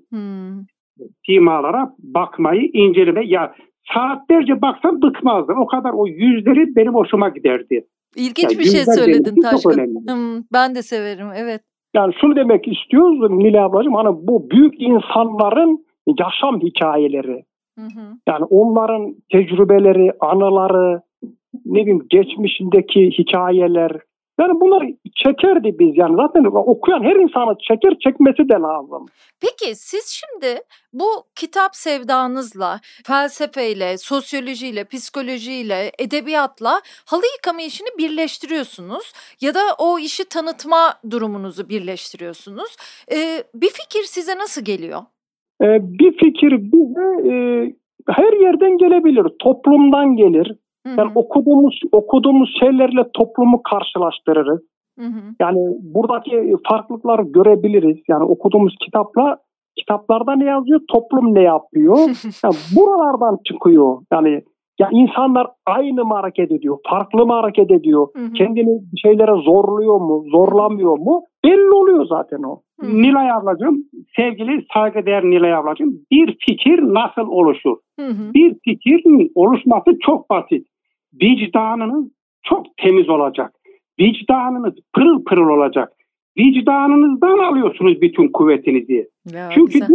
Simalara bakmayı, inceleme. Ya saatlerce baksam bıkmazdım. O kadar o yüzleri benim hoşuma giderdi. İlginç yani bir şey söyledin Taşkın. Ben de severim, evet. Yani şunu demek istiyoruz Nilay ablacığım, hani bu büyük insanların yaşam hikayeleri. Yani onların tecrübeleri, anıları, ne bileyim geçmişindeki hikayeler. Yani bunları çekerdi biz yani. Zaten okuyan her insanı çeker, çekmesi de lazım. Peki siz şimdi bu kitap sevdanızla, felsefeyle, sosyolojiyle, psikolojiyle, edebiyatla halı yıkama işini birleştiriyorsunuz. Ya da o işi tanıtma durumunuzu birleştiriyorsunuz. Bir fikir size nasıl geliyor? Bir fikir bize her yerden gelebilir. Toplumdan gelir. Yani okuduğumuz şeylerle toplumu karşılaştırırız. Yani buradaki farklılıkları görebiliriz. Yani okuduğumuz kitaplarda ne yazıyor, toplum ne yapıyor? Yani buralardan çıkıyor. Yani ya insanlar aynı mı hareket ediyor, farklı mı hareket ediyor? Kendini bir şeylere zorluyor mu, zorlamıyor mu? Belli oluyor zaten o. Nilay ablacığım, sevgili saygıdeğer Nilay ablacığım, bir fikir nasıl oluşur? Bir fikrin oluşması çok basit. Vicdanınız çok temiz olacak. Vicdanınız pırıl pırıl olacak. Vicdanınızdan alıyorsunuz bütün kuvvetinizi. Ya,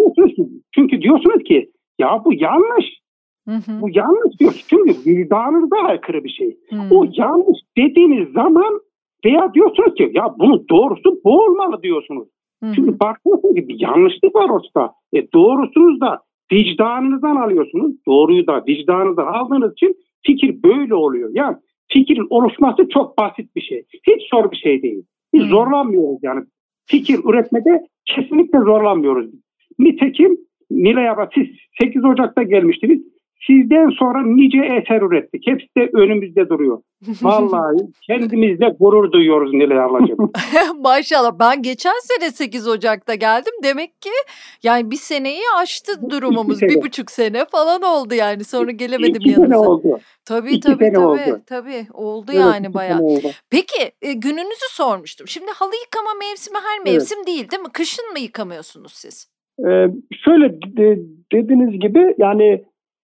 çünkü diyorsunuz ki ya bu yanlış. Bu yanlış diyorsunuz. Çünkü vicdanınıza aykırı bir şey. O yanlış dediğiniz zaman veya diyorsunuz ki ya bunun doğrusu bu olmalı diyorsunuz. Çünkü bakıyorsunuz ki bir yanlışlık var ortada. Doğrusunuz da vicdanınızdan alıyorsunuz. Doğruyu da vicdanınızdan aldığınız için fikir böyle oluyor. Yani fikrin oluşması çok basit bir şey. Hiç zor bir şey değil. Biz zorlanmıyoruz yani. Fikir üretmede kesinlikle zorlanmıyoruz. Nitekim Nilay abla, siz 8 Ocak'ta gelmiştiniz. Sizden sonra nice eser ürettik. Hepsi de önümüzde duruyor. Vallahi kendimizle gurur duyuyoruz Nilay ablacığım. Maşallah. Ben geçen sene 8 Ocak'ta geldim. Demek ki yani bir seneyi aştı durumumuz. 1,5 sene falan oldu yani. Sonra gelemedim 2 yanınıza. sene oldu. Tabii 2 sene oldu. Tabii. Oldu Evet, yani 2 bayağı. sene oldu. Peki gününüzü sormuştum. Şimdi halı yıkama mevsimi her mevsim değil mi? Kışın mı yıkamıyorsunuz siz? Şöyle dediğiniz gibi yani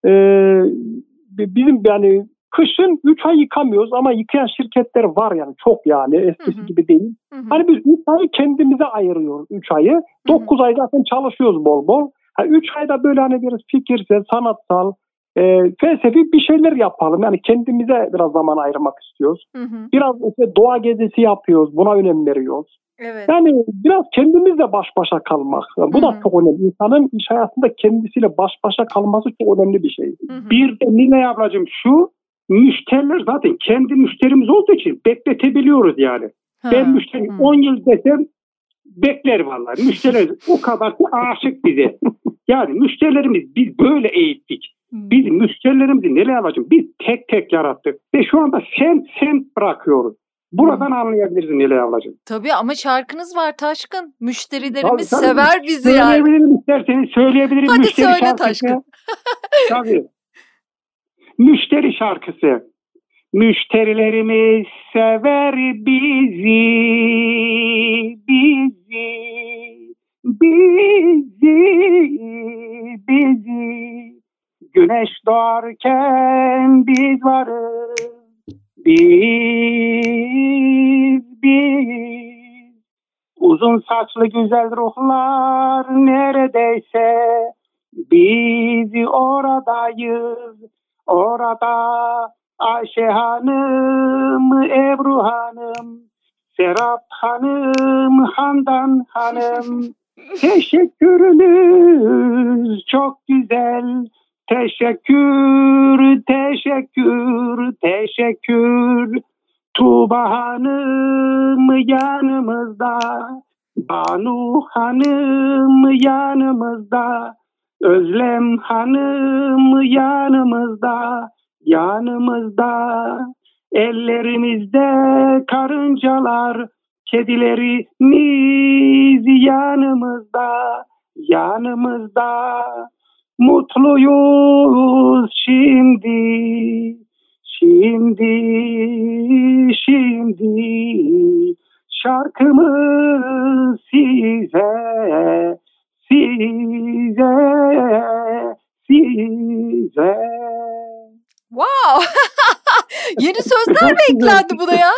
bizim yani kışın 3 ay yıkamıyoruz ama yıkayan şirketler var yani çok yani eskisi gibi değil. Hani biz 3 ayı kendimize ayırıyoruz 3 ayı. 9 ay zaten çalışıyoruz bol bol. 3 ayda böyle hani biraz fikirsel, sanatsal, felsefi bir şeyler yapalım. Yani kendimize biraz zaman ayırmak istiyoruz. Biraz işte doğa gezisi yapıyoruz. Buna önem veriyoruz. Evet. Yani biraz kendimizle baş başa kalmak. Bu da çok önemli. İnsanın iş hayatında kendisiyle baş başa kalması çok önemli bir şey. Bir de Nilay ablacığım şu müşteriler zaten kendi müşterimiz olduğu için bekletebiliyoruz yani. Ben müşteri 10 yıl desem bekler vallahi. Müşteriler o kadar aşık bize. Yani müşterilerimiz biz böyle eğittik. Biz müşterilerimizi Nilay ablacığım biz tek tek yarattık. Ve şu anda sen bırakıyoruz. Buradan anlayabiliriz Nilay ablacığım. Tabii ama şarkınız var Taşkın. Müşterilerimiz sever bizi yani. Söyleyebilirim isterseniz söyleyebilirim. Hadi müşteri söyle şarkısı. Taşkın. Tabii. Müşteri şarkısı. Müşterilerimiz sever bizi, bizi. Güneş doğarken biz varız. Biz uzun saçlı güzel ruhlar neredeyse biz oradayız. Orada Ayşe Hanım, Ebru Hanım, Serap Hanım, Handan Hanım. Teşekkürünüz çok güzel. Teşekkür. Tuğba Hanım yanımızda. Banu Hanım yanımızda. Özlem Hanım yanımızda. Ellerimizde karıncalar. Kedilerimiz yanımızda. Mutluyuz şimdi. Şarkımız size. Wow! Yeni sözler mi eklendi buna ya?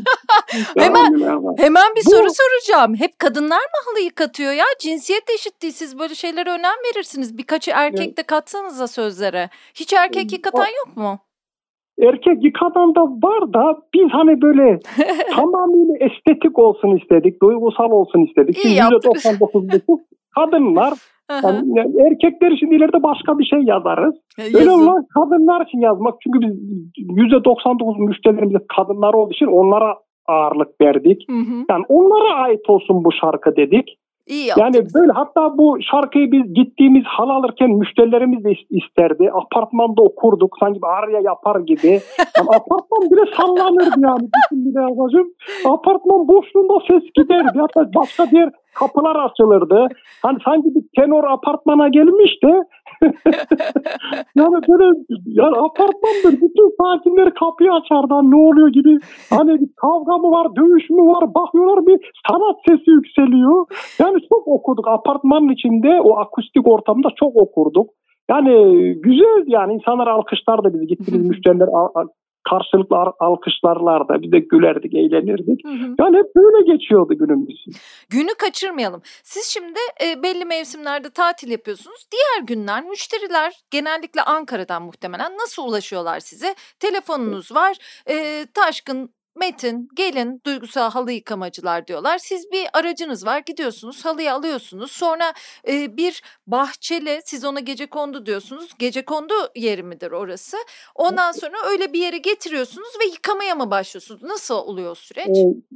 Hemen bir soru soracağım. Hep kadınlar mı halı yıkatıyor ya? Cinsiyet eşitliği, siz böyle şeylere önem verirsiniz. Birkaçı erkek de katsanıza sözlere. Hiç erkek yıkatan yok mu? Erkek yıkatan da var da biz hani böyle tamamıyla estetik olsun istedik, duygusal olsun istedik. İyi yaptık. %99'luk kadınlar. Yani erkekler için ileride başka bir şey yazarız. Yazın. Öyle olan kadınlar için yazmak. Çünkü biz %99 müşterilerimiz kadınlar olduğu için onlara ağırlık verdik. Yani onlara ait olsun bu şarkı dedik. İyi yaptınız. Yani böyle hatta bu şarkıyı biz gittiğimiz halı alırken müşterilerimiz de isterdi. Apartmanda okurduk. Sanki bir arya yapar gibi. Yani apartman bile sallanırdı yani. Bütün apartman boşluğunda ses giderdi. Hatta başka diğer kapılar açılırdı. Hani sanki bir tenor apartmana gelmiş de yani böyle yani apartmandır. Bütün sakinler kapıyı açardı. Ne oluyor gibi. Hani bir kavga mı var, dövüş mü var? Bakıyorlar bir sanat sesi yükseliyor. Yani çok okuduk. Apartmanın içinde o akustik ortamda çok okurduk. Yani güzel yani insanlar alkışlardı bizi. Gittiğimiz müşteriler karşılıklı alkışlarlardı. Biz de gülerdik, eğlenirdik. Yani hep böyle geçiyordu günümüz. Günü kaçırmayalım. Siz şimdi belli mevsimlerde tatil yapıyorsunuz. Diğer günler müşteriler genellikle Ankara'dan muhtemelen nasıl ulaşıyorlar size? Telefonunuz var. Taşkın, Metin, gelin duygusal halı yıkamacılar diyorlar. Siz bir aracınız var, gidiyorsunuz, halıyı alıyorsunuz. Sonra bir bahçeli, siz ona gecekondu diyorsunuz. Gecekondu yeri midir orası? Ondan sonra öyle bir yere getiriyorsunuz ve yıkamaya mı başlıyorsunuz? Nasıl oluyor o süreç?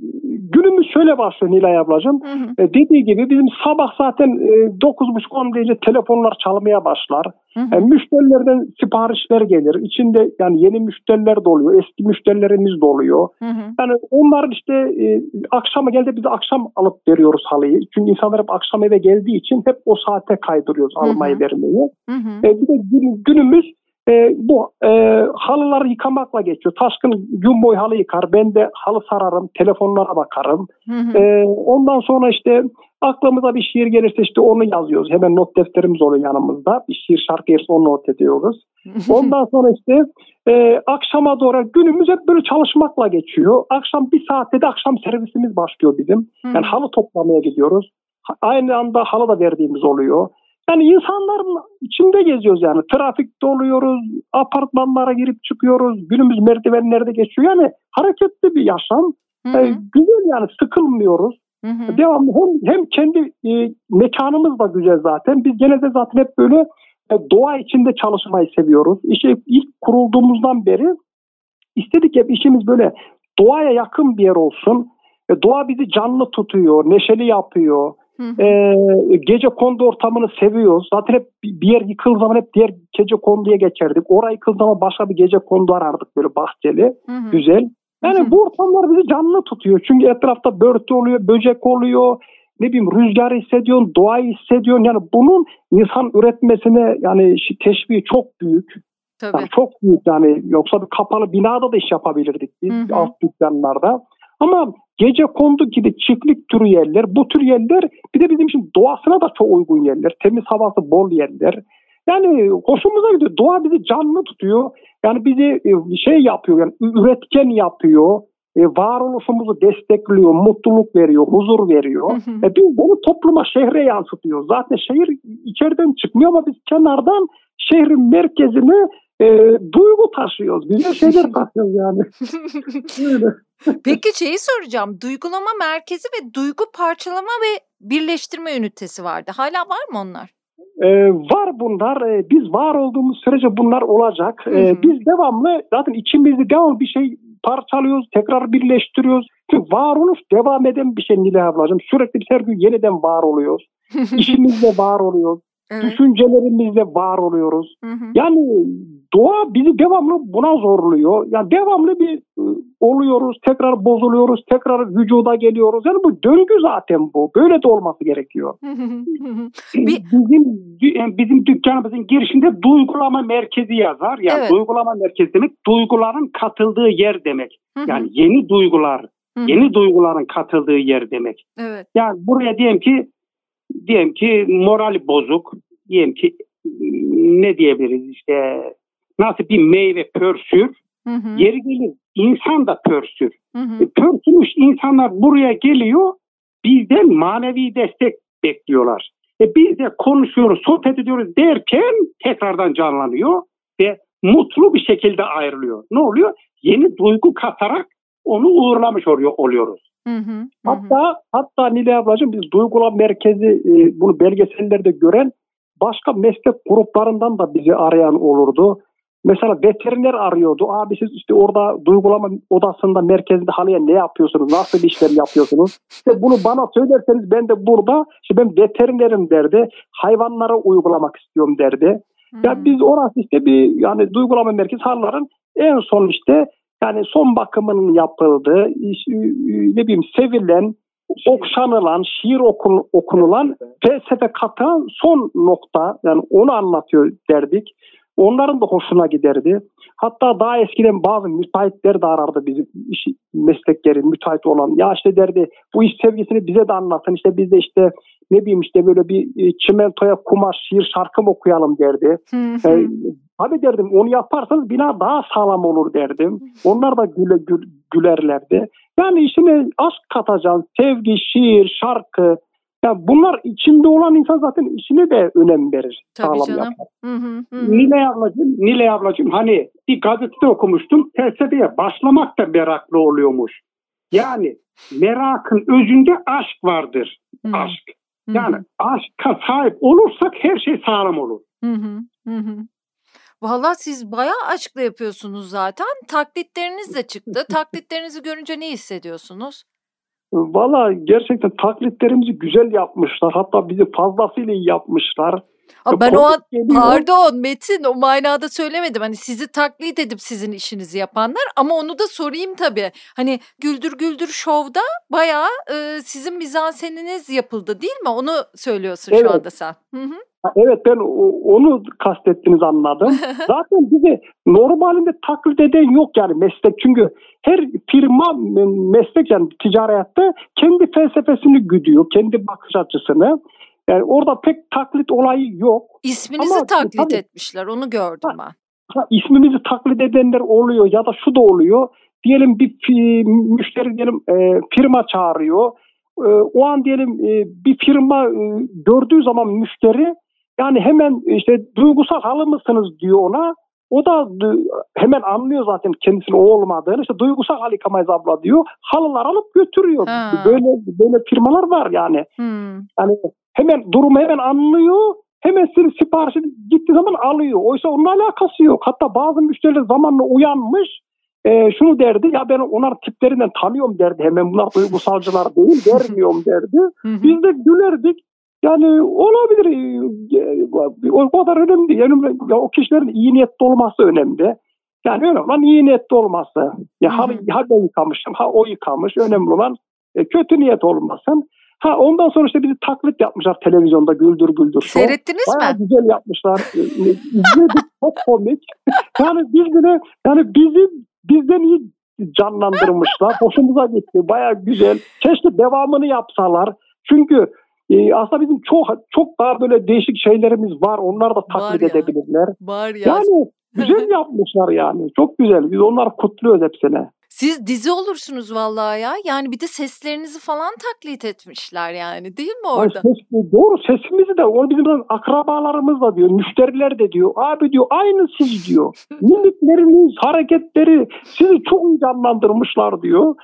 günümüz şöyle başlıyor Nilay ablacığım. Dediği gibi bizim sabah zaten 9.30-10 deyince telefonlar çalmaya başlar. Müşterilerden siparişler gelir. İçinde yani yeni müşteriler de oluyor. Eski müşterilerimiz de oluyor. Yani onların işte akşama geldi biz akşam alıp veriyoruz halıyı. Çünkü insanlar hep akşam eve geldiği için hep o saate kaydırıyoruz almayı vermeyi. Bir de günümüz bu halıları yıkamakla geçiyor. Taşkın gün boyu halı yıkar. Ben de halı sararım. Telefonlara bakarım. Ondan sonra işte aklımıza bir şiir gelirse işte onu yazıyoruz. Hemen not defterimiz oluyor yanımızda. Bir şiir şarkı gelirse onu not ediyoruz. Ondan sonra işte akşama doğru günümüz hep böyle çalışmakla geçiyor. Akşam bir saatte de akşam servisimiz başlıyor bizim. Yani halı toplamaya gidiyoruz. Aynı anda halı da verdiğimiz oluyor. Yani insanların içinde geziyoruz yani. Trafikte oluyoruz, apartmanlara girip çıkıyoruz. Günümüz merdivenlerde geçiyor. Yani hareketli bir yaşam. Güzel yani sıkılmıyoruz. Devamlı hem kendi mekanımız da güzel zaten. Biz gene de zaten hep böyle doğa içinde çalışmayı seviyoruz. İşte ilk kurulduğumuzdan beri istedik hep işimiz böyle doğaya yakın bir yer olsun. Doğa bizi canlı tutuyor, neşeli yapıyor. Gece kondu ortamını seviyoruz. Zaten hep bir yer yıkıldığı zaman hep diğer gece konduya geçerdik. Orayı yıkıldığı zaman başka bir gece kondu arardık böyle bahçeli, güzel. Yani bu ortamlar bizi canlı tutuyor. Çünkü etrafta börtü oluyor, böcek oluyor. Ne bileyim rüzgarı hissediyorsun, doğayı hissediyorsun. Yani bunun insan üretmesine yani teşviği çok büyük. Yani çok büyük yani. Yoksa bir kapalı binada da iş yapabilirdik biz alt dükkanlarda. Ama gecekondu gibi çiftlik türü yerler, bu tür yerler bir de bizim için doğasına da çok uygun yerler. Temiz havası bol yerler. Yani hoşumuza gidiyor. Doğa bizi canlı tutuyor. Yani bizi şey yapıyor, yani üretken yapıyor. Varoluşumuzu destekliyor, mutluluk veriyor, huzur veriyor. Biz bunu topluma, şehre yansıtıyoruz. Zaten şehir içeriden çıkmıyor ama biz kenardan şehrin merkezine duygu taşıyoruz. Güzel şeyler taşıyoruz yani. Peki şeyi soracağım. Duygulama merkezi ve duygu parçalama ve birleştirme ünitesi vardı. Hala var mı onlar? Var bunlar. Biz var olduğumuz sürece bunlar olacak. Biz devamlı zaten içimizde devamlı bir şey parçalıyoruz, tekrar birleştiriyoruz. Çünkü varoluş devam eden bir şey Nilay ablacığım. Sürekli her gün yeniden var oluyoruz. İşimizde var oluyoruz. Düşüncelerimizle var oluyoruz. Yani doğa bizi devamlı buna zorluyor. Yani devamlı bir oluyoruz, tekrar bozuluyoruz, tekrar vücuda geliyoruz. Yani bu döngü zaten bu. Böyle de olması gerekiyor. Bizim dükkanımızın girişinde duygulama merkezi yazar. Yani duygulama merkezi demek duyguların katıldığı yer demek. Yani yeni duygular, yeni duyguların katıldığı yer demek. Yani buraya diyelim ki morali bozuk, diyelim ki ne diyebiliriz işte nasıl bir meyve pörsür, yeri gelir insan da pörsür. Pörsülmüş insanlar buraya geliyor, bizden manevi destek bekliyorlar. Biz de konuşuyoruz, sohbet ediyoruz derken tekrardan canlanıyor ve mutlu bir şekilde ayrılıyor. Ne oluyor? Yeni duygu katarak onu uğurlamış oluyoruz. Hatta Nilay ablacığım biz duygulama merkezi bunu belgesellerde gören başka meslek gruplarından da bizi arayan olurdu. Mesela veteriner arıyordu. Abi siz işte orada duygulama odasında merkezinde halıya ne yapıyorsunuz? Nasıl bir işler yapıyorsunuz? İşte bunu bana söylerseniz ben de burada işte ben veterinerim derdi. Hayvanlara uygulamak istiyorum derdi. Ya biz orası işte bir yani duygulama merkezi halıların en son işte yani son bakımının yapıldığı, ne bileyim sevilen, okşanılan, şiir okunulan, felsefe katan son nokta. Yani onu anlatıyor derdik. Onların da hoşuna giderdi. Hatta daha eskiden bazı müteahhitler de arardı bizi, meslekleri müteahhit olan. Ya işte derdi bu iş sevgisini bize de anlatın. İşte biz de işte ne bileyim işte böyle bir çimentoya kumaş, şiir, şarkı mı okuyalım derdi. Abi derdim onu yaparsanız bina daha sağlam olur derdim. Onlar da gülerlerdi. Yani işine aşk katacaksın, sevgi, şiir, şarkı. Ya bunlar içinde olan insan zaten işine de önem verir. Tabii sağlam canım. yapar. Nilay ablacığım hani bir gazetede okumuştum. Felsefeye başlamak da meraklı oluyormuş. Yani merakın özünde aşk vardır. Aşk. Yani aşka sahip olursak her şey sağlam olur. Vallahi siz bayağı aşkla yapıyorsunuz zaten. Taklitleriniz de çıktı. Taklitlerinizi görünce ne hissediyorsunuz? Valla gerçekten taklitlerimizi güzel yapmışlar. Hatta bizi fazlasıyla iyi yapmışlar. Ben o an pardon Metin o manada söylemedim. Hani sizi taklit edip sizin işinizi yapanlar ama onu da sorayım tabii. Hani Güldür Güldür Show'da bayağı sizin mizanseniniz yapıldı değil mi? Onu söylüyorsun şu anda sen. Hı. Evet ben onu kastettiniz anladım. Zaten bize normalinde taklit eden yok yani meslek. Çünkü her firma meslek yani ticarette kendi felsefesini güdüyor. Kendi bakış açısını. Yani orada pek taklit olayı yok. İsminizi ama, taklit etmişler onu gördüm ben. İsmimizi taklit edenler oluyor ya da şu da oluyor. Diyelim bir müşteri diyelim firma çağırıyor. O an diyelim bir firma gördüğü zaman müşteri yani hemen işte duygusal halı mısınız diyor ona. O da hemen anlıyor zaten kendisinin o olmadığını. İşte duygusal halı yıkamayız abla diyor. Halılar alıp götürüyor. Böyle firmalar var yani. Yani hemen durumu hemen anlıyor. Hemen siparişi gittiği zaman alıyor. Oysa onunla alakası yok. Hatta bazı müşteriler zamanla uyanmış. Şunu derdi ya ben onlar tiplerinden tanıyorum derdi. Hemen bunlar duygusalcılar değil vermiyorum derdi. Biz de gülerdik. Yani olabilir. O kadar önemli değil. Yani, o kişilerin iyi niyetli olması önemli. Yani önemli olan iyi niyetli olması. Ya ha ben yıkamışım, ha o yıkamış. Önemli olan kötü niyet olmasın. Ondan sonra işte bizi taklit yapmışlar televizyonda Güldür Güldür Show. Seyrettiniz bayağı mi? Güzel yapmışlar. İzledik çok komik. Yani bizden iyi canlandırmışlar. Hoşumuza gitti. Bayağı güzel. Keşke devamını yapsalar. Çünkü aslında bizim çok daha böyle değişik şeylerimiz var. Onlar da taklit edebilirler. Var ya. Yani güzel yapmışlar yani. Çok güzel. Biz onları kutluyoruz hepsine. Siz dizi olursunuz vallahi ya. Yani bir de seslerinizi falan taklit etmişler yani değil mi orada? Doğru sesimizi de onu bizim akrabalarımız da diyor. Müşteriler de diyor. Abi diyor aynı siz diyor. Mimikleriniz, hareketleri sizi çok iyi canlandırmışlar diyor.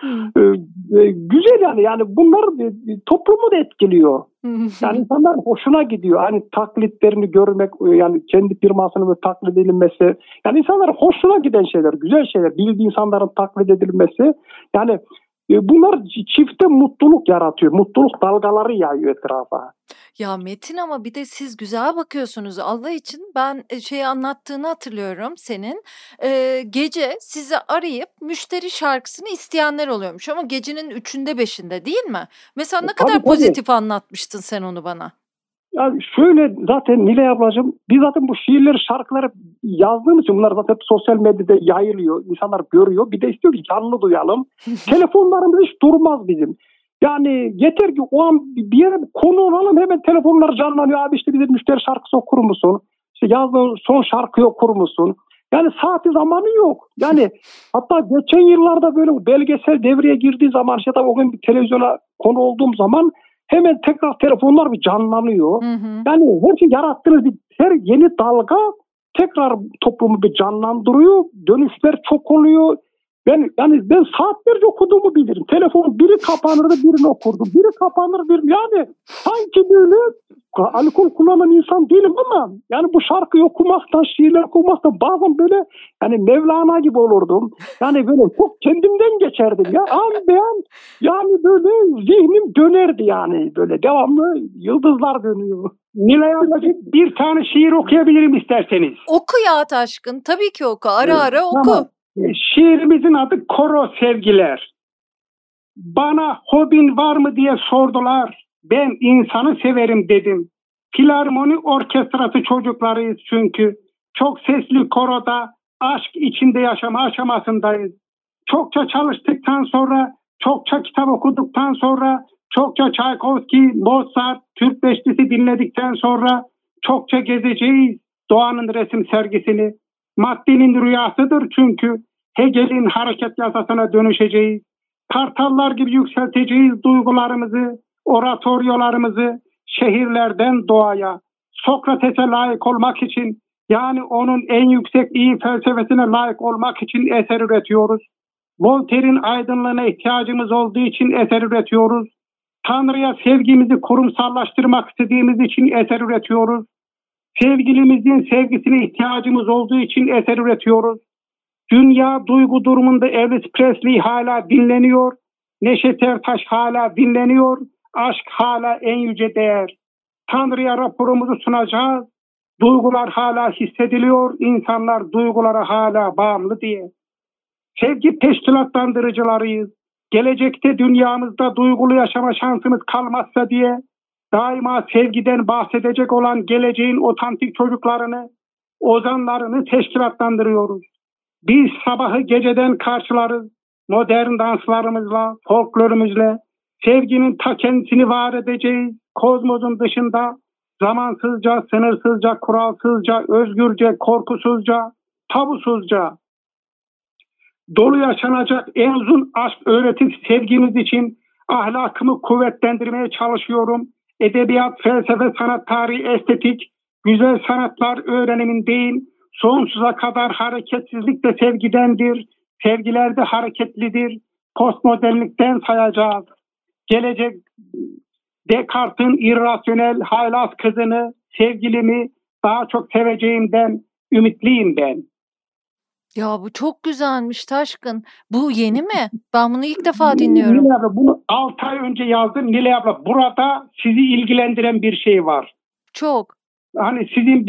Güzel yani bunlar toplumu da etkiliyor. Yani insanlar hoşuna gidiyor. Hani taklitlerini görmek yani kendi firmasının taklit edilmesi. Yani insanlar hoşuna giden şeyler, güzel şeyler. Bildiği insanların taklit edilmesi. Yani bunlar çifte mutluluk yaratıyor. Mutluluk dalgaları yayıyor etrafa. Ya Metin ama bir de siz güzel bakıyorsunuz Allah için. Ben anlattığını hatırlıyorum senin. Gece sizi arayıp müşteri şarkısını isteyenler oluyormuş ama gecenin 3'ünde 5'inde değil mi? Mesela ne kadar pozitif anlatmıştın sen onu bana. Yani şöyle zaten Nilay ablacığım biz zaten bu şiirleri şarkıları yazdığımız için bunlar zaten sosyal medyada yayılıyor. İnsanlar görüyor. Bir de istiyor ki canlı duyalım. Telefonlarımız hiç durmaz bizim. Yani yeter ki o an bir yere konu olalım hemen telefonlar canlanıyor. Abi işte bize müşteri şarkısı okur musun? İşte yazdığın son şarkıyı okur musun? Yani saati zamanı yok. Yani hatta geçen yıllarda böyle belgesel devreye girdiği zaman işte o gün bir televizyona konu olduğum zaman hemen tekrar telefonlar bir canlanıyor. Yani her şey yarattığınız her yeni dalga tekrar toplumu bir canlandırıyor. Dönüşler çok oluyor. Ben saatlerce okuduğumu bilirim. Telefon biri kapanırdı birini okurdu. Biri kapanır yani sanki böyle alkol kullanan insan değilim ama yani bu şarkıyı okumaktan, şiirler okumaktan bazen böyle yani Mevlana gibi olurdum. Yani böyle çok kendimden geçerdim ya. Yani böyle zihnim dönerdi yani böyle devamlı yıldızlar dönüyor. Nilay ablacığım bir tane şiir okuyabilirim isterseniz. Oku ya Taşkın. Tabii ki oku. Ara oku. Tamam. Şiirimizin adı Koro Sevgiler. Bana hobin var mı diye sordular. Ben insanı severim dedim. Filarmoni orkestrası çocuklarıyız çünkü. Çok sesli koroda aşk içinde yaşama aşamasındayız. Çokça çalıştıktan sonra, çokça kitap okuduktan sonra, çokça Çaykovski, Mozart, Türk Beşlisi dinledikten sonra çokça gezeceğiz doğanın resim sergisini. Maddenin rüyasıdır çünkü. Hegel'in hareket yasasına dönüşeceğiz. Kartallar gibi yükselteceğiz duygularımızı, oratoryolarımızı şehirlerden doğaya. Sokrates'e layık olmak için yani onun en yüksek iyi felsefesine layık olmak için eser üretiyoruz. Voltaire'in aydınlığına ihtiyacımız olduğu için eser üretiyoruz. Tanrı'ya sevgimizi kurumsallaştırmak istediğimiz için eser üretiyoruz. Sevgilimizin sevgisine ihtiyacımız olduğu için eser üretiyoruz. Dünya duygu durumunda Elvis Presley hala dinleniyor. Neşet Ertaş hala dinleniyor. Aşk hala en yüce değer. Tanrı'ya raporumuzu sunacağız. Duygular hala hissediliyor. İnsanlar duygulara hala bağımlı diye. Sevgi teşkilatlandırıcılarıyız. Gelecekte dünyamızda duygulu yaşama şansımız kalmazsa diye daima sevgiden bahsedecek olan geleceğin otantik çocuklarını, ozanlarını teşkilatlandırıyoruz. Biz sabahı geceden karşılarız. Modern danslarımızla, folklorumuzla sevginin ta kendisini var edeceğiz. Kozmosun dışında zamansızca, sınırsızca, kuralsızca, özgürce, korkusuzca, tabusuzca dolu yaşanacak en uzun aşk öğretisi sevgimiz için ahlakımı kuvvetlendirmeye çalışıyorum. Edebiyat, felsefe, sanat, tarih, estetik, güzel sanatlar öğrenimindeyim. Sonsuza kadar hareketsizlik de sevgidendir. Sevgiler de hareketlidir. Postmodernlikten sayacağız. Gelecek Descartes'in irrasyonel haylaz kızını, sevgilimi daha çok seveceğimden ümitliyim ben. Ya bu çok güzelmiş Taşkın. Bu yeni mi? Ben bunu ilk defa dinliyorum. Nilay abla, bunu 6 ay önce yazdım. Nilay abla, burada sizi ilgilendiren bir şey var. Çok. Hani sizin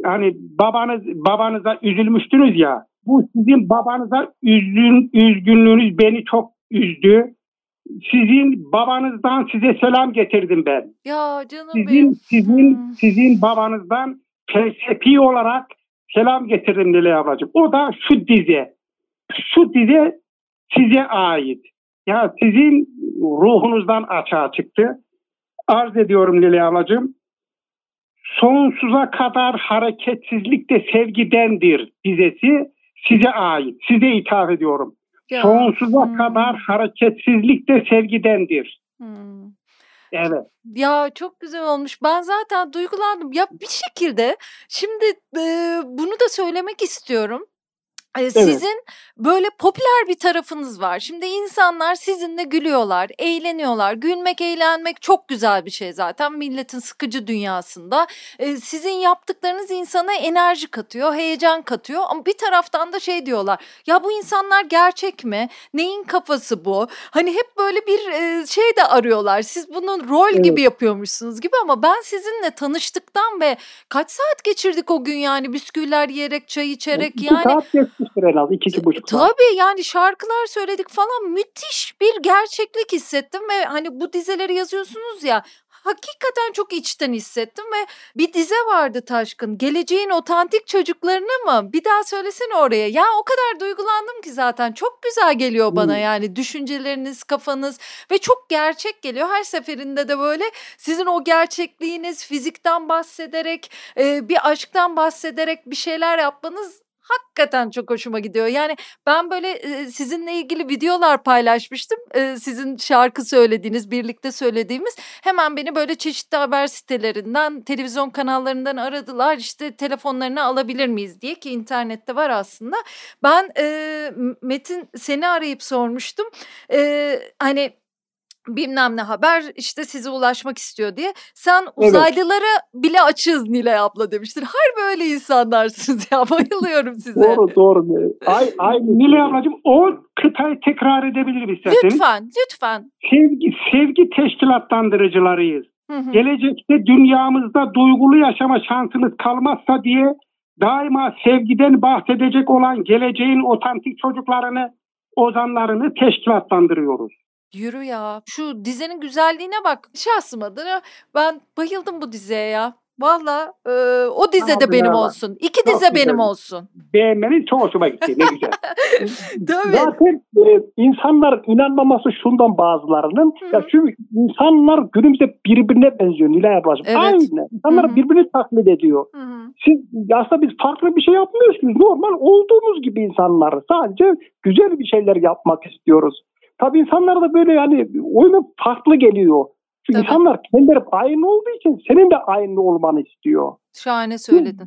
babanıza üzülmüştünüz ya. Bu sizin babanıza üzgünlüğünüz beni çok üzdü. Sizin babanızdan size selam getirdim ben. Ya canım benim. Sizin babanızdan felsefi olarak selam getirdim Nilay ablacığım. O da şu dize. Şu dize size ait. Ya sizin ruhunuzdan açığa çıktı. Arz ediyorum Nilay ablacığım. Sonsuza kadar hareketsizlik de sevgidendir dizesi size ait. Size ithaf ediyorum. Ya. Sonsuza kadar hareketsizlik de sevgidendir. Evet. Ya çok güzel olmuş. Ben zaten duygulandım. Ya bir şekilde şimdi bunu da söylemek istiyorum. Sizin böyle popüler bir tarafınız var. Şimdi insanlar sizinle gülüyorlar, eğleniyorlar. Gülmek, eğlenmek çok güzel bir şey zaten milletin sıkıcı dünyasında. Sizin yaptıklarınız insana enerji katıyor, heyecan katıyor. Ama bir taraftan da şey diyorlar. Ya bu insanlar gerçek mi? Neyin kafası bu? Hani hep böyle bir şey de arıyorlar. Siz bunu rol gibi yapıyormuşsunuz gibi ama ben sizinle tanıştıktan ve kaç saat geçirdik o gün yani bisküviler yiyerek, çay içerek yani. En az 2-2,5 saat. Tabii yani şarkılar söyledik falan müthiş bir gerçeklik hissettim ve hani bu dizeleri yazıyorsunuz ya hakikaten çok içten hissettim ve bir dize vardı Taşkın. Geleceğin otantik çocuklarını mı? Bir daha söylesene oraya. Ya o kadar duygulandım ki zaten. Çok güzel geliyor bana yani düşünceleriniz, kafanız ve çok gerçek geliyor. Her seferinde de böyle sizin o gerçekliğiniz fizikten bahsederek, bir aşktan bahsederek bir şeyler yapmanız hakikaten çok hoşuma gidiyor. Yani ben böyle sizinle ilgili videolar paylaşmıştım. Sizin şarkı söylediğiniz, birlikte söylediğimiz. Hemen beni böyle çeşitli haber sitelerinden, televizyon kanallarından aradılar. İşte telefonlarını alabilir miyiz diye ki internette var aslında. Ben Metin seni arayıp sormuştum. Hani bilmem ne haber işte size ulaşmak istiyor diye. Sen uzaylılara bile açığız Nilay abla demiştin. Harbi böyle insanlarsınız ya bayılıyorum size. Doğru. Nilay ablacığım o kıtayı tekrar edebilirim isterseniz. Lütfen. Sevgi teşkilatlandırıcılarıyız. Gelecekte dünyamızda duygulu yaşama şansımız kalmazsa diye daima sevgiden bahsedecek olan geleceğin otantik çocuklarını, ozanlarını teşkilatlandırıyoruz. Yürü ya. Şu dizenin güzelliğine bak. Şahsım adına ben bayıldım bu dizeye ya. Valla o dize de benim olsun. 2 dize çok benim güzel. Olsun. Beğenmeniz çok hoşuma gitti. Ne güzel. Zaten insanlar inanmaması şundan bazılarının. Ya çünkü insanlar günümüzde birbirine benziyor Nilay ablacığım. Evet. Aynı. İnsanlar birbirini taklit ediyor. Siz aslında biz farklı bir şey yapmıyoruz. Normal olduğumuz gibi insanlar. Sadece güzel bir şeyler yapmak istiyoruz. Tabii insanlar da böyle yani oyunu farklı geliyor. Çünkü insanlar kendileri aynı olduğu için senin de aynı olmanı istiyor. Şahane söyledin.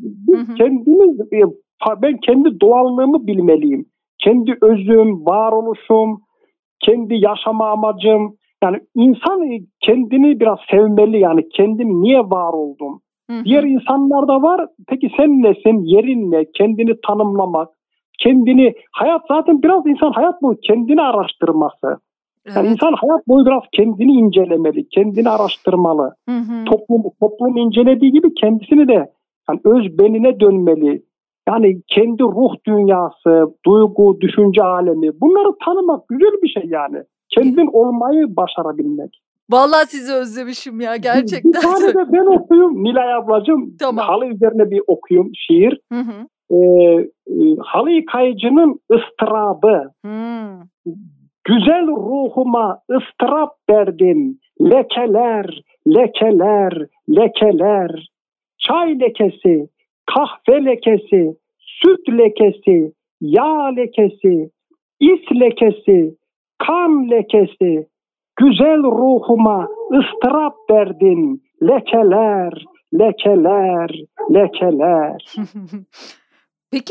Ben kendi doğallığımı bilmeliyim. Kendi özüm, varoluşum, kendi yaşama amacım. Yani insan kendini biraz sevmeli yani kendim niye var oldum. Diğer insanlar da var. Peki sen nesin, yerin ne, kendini tanımlamak. Hayat zaten biraz insan hayat bu kendini araştırması. Evet. Yani insan hayat boyu biraz kendini incelemeli, kendini araştırmalı. Toplum incelediği gibi kendisini de yani öz benine dönmeli. Yani kendi ruh dünyası, duygu, düşünce alemi bunları tanımak güzel bir şey yani. Kendin olmayı başarabilmek. Vallahi sizi özlemişim ya gerçekten. Bir tane de ben okuyayım Nilay ablacığım. Tamam. Halı üzerine bir okuyayım şiir. Halı yıkayıcının ıstırabı. Güzel ruhuma ıstırap verdim. Lekeler, lekeler, lekeler. Çay lekesi, kahve lekesi, süt lekesi, yağ lekesi, is lekesi, kan lekesi. Güzel ruhuma ıstırap verdin. Lekeler, lekeler, lekeler. Peki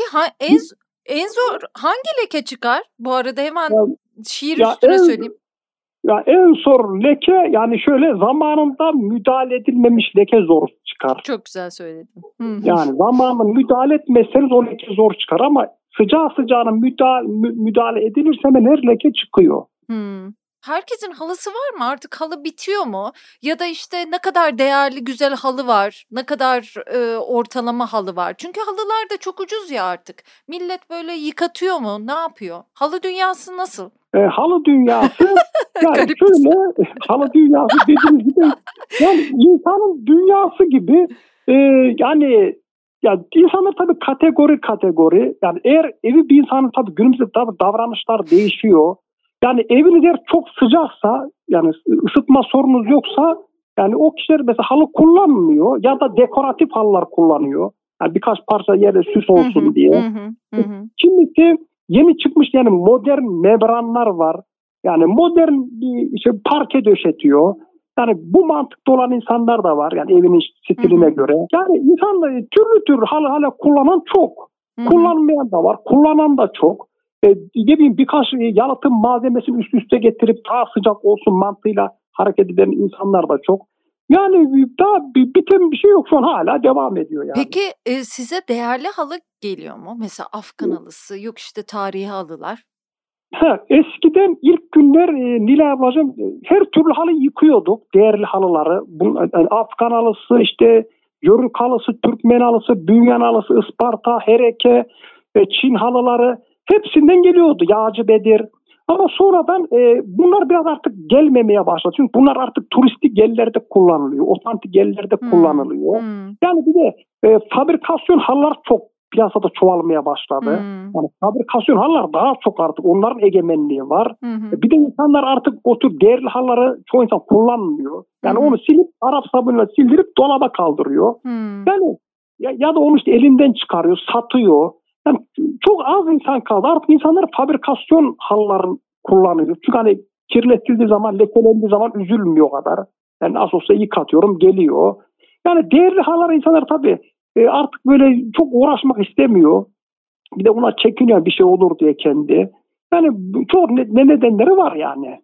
en zor hangi leke çıkar? Bu arada hemen şiir üstüne söyleyeyim. Ya en zor leke yani şöyle zamanında müdahale edilmemiş leke zor çıkar. Çok güzel söyledin. Yani zamanında müdahale etmezseniz o leke zor çıkar ama sıcağına müdahale edilirse hemen her leke çıkıyor. Herkesin halısı var mı? Artık halı bitiyor mu? Ya da işte ne kadar değerli güzel halı var? Ne kadar ortalama halı var? Çünkü halılar da çok ucuz ya artık. Millet böyle yıkatıyor mu? Ne yapıyor? Halı dünyası nasıl? Halı dünyası yani şöyle halı dünyası dediğimiz gibi yani insanın dünyası gibi yani insanlar tabii kategori yani eğer evi bir insanın tabii günümüzde tabii davranışlar değişiyor. Yani eviniz eğer çok sıcaksa yani ısıtma sorunuz yoksa yani o kişiler mesela halı kullanmıyor ya da dekoratif halılar kullanıyor. Yani birkaç parça yere süs olsun diye. Şimdiki yeni çıkmış yani modern membranlar var. Yani modern bir parke döşetiyor. Yani bu mantıkta olan insanlar da var. Yani evinin stiline göre. Yani insanlar türlü halı kullanan çok. Kullanmayan da var. Kullanan da çok. Birkaç yalıtım malzemesini üst üste getirip daha sıcak olsun mantığıyla hareket eden insanlar da çok. Yani daha biten bir şey yok şu an hala devam ediyor yani. Peki size değerli halı geliyor mu? Mesela Afgan halısı yok işte tarihi halılar. Eskiden ilk günler Nilay ablacığım her türlü halı yıkıyorduk. Değerli halıları. Yani Afgan halısı işte Yörük halısı, Türkmen halısı, Bünyan halısı, Isparta, Hereke, Çin halıları hepsinden geliyordu. Yağcı Bedir. Ama sonradan bunlar biraz artık gelmemeye başladı. Çünkü bunlar artık turistik yerlerde kullanılıyor. Otantik yerlerde kullanılıyor. Yani bir de fabrikasyon halılar çok piyasada çoğalmaya başladı. Yani fabrikasyon halılar daha çok artık onların egemenliği var. Bir de insanlar artık o tür değerli halıları çoğu insan kullanmıyor. Yani onu silip Arap sabunuyla sildirip dolaba kaldırıyor. Yani ya da onu işte elinden çıkarıyor, satıyor. Yani çok az insan kaldı. Artık insanlar fabrikasyon halılarını kullanıyor. Çünkü hani kirletildiği zaman, lekelendiği zaman üzülmüyor o kadar. Yani nasıl olsa yıkatıyorum geliyor. Yani değerli halılar insanlar tabii artık böyle çok uğraşmak istemiyor. Bir de ona çekiniyor bir şey olur diye kendi. Yani çok nedenleri var yani.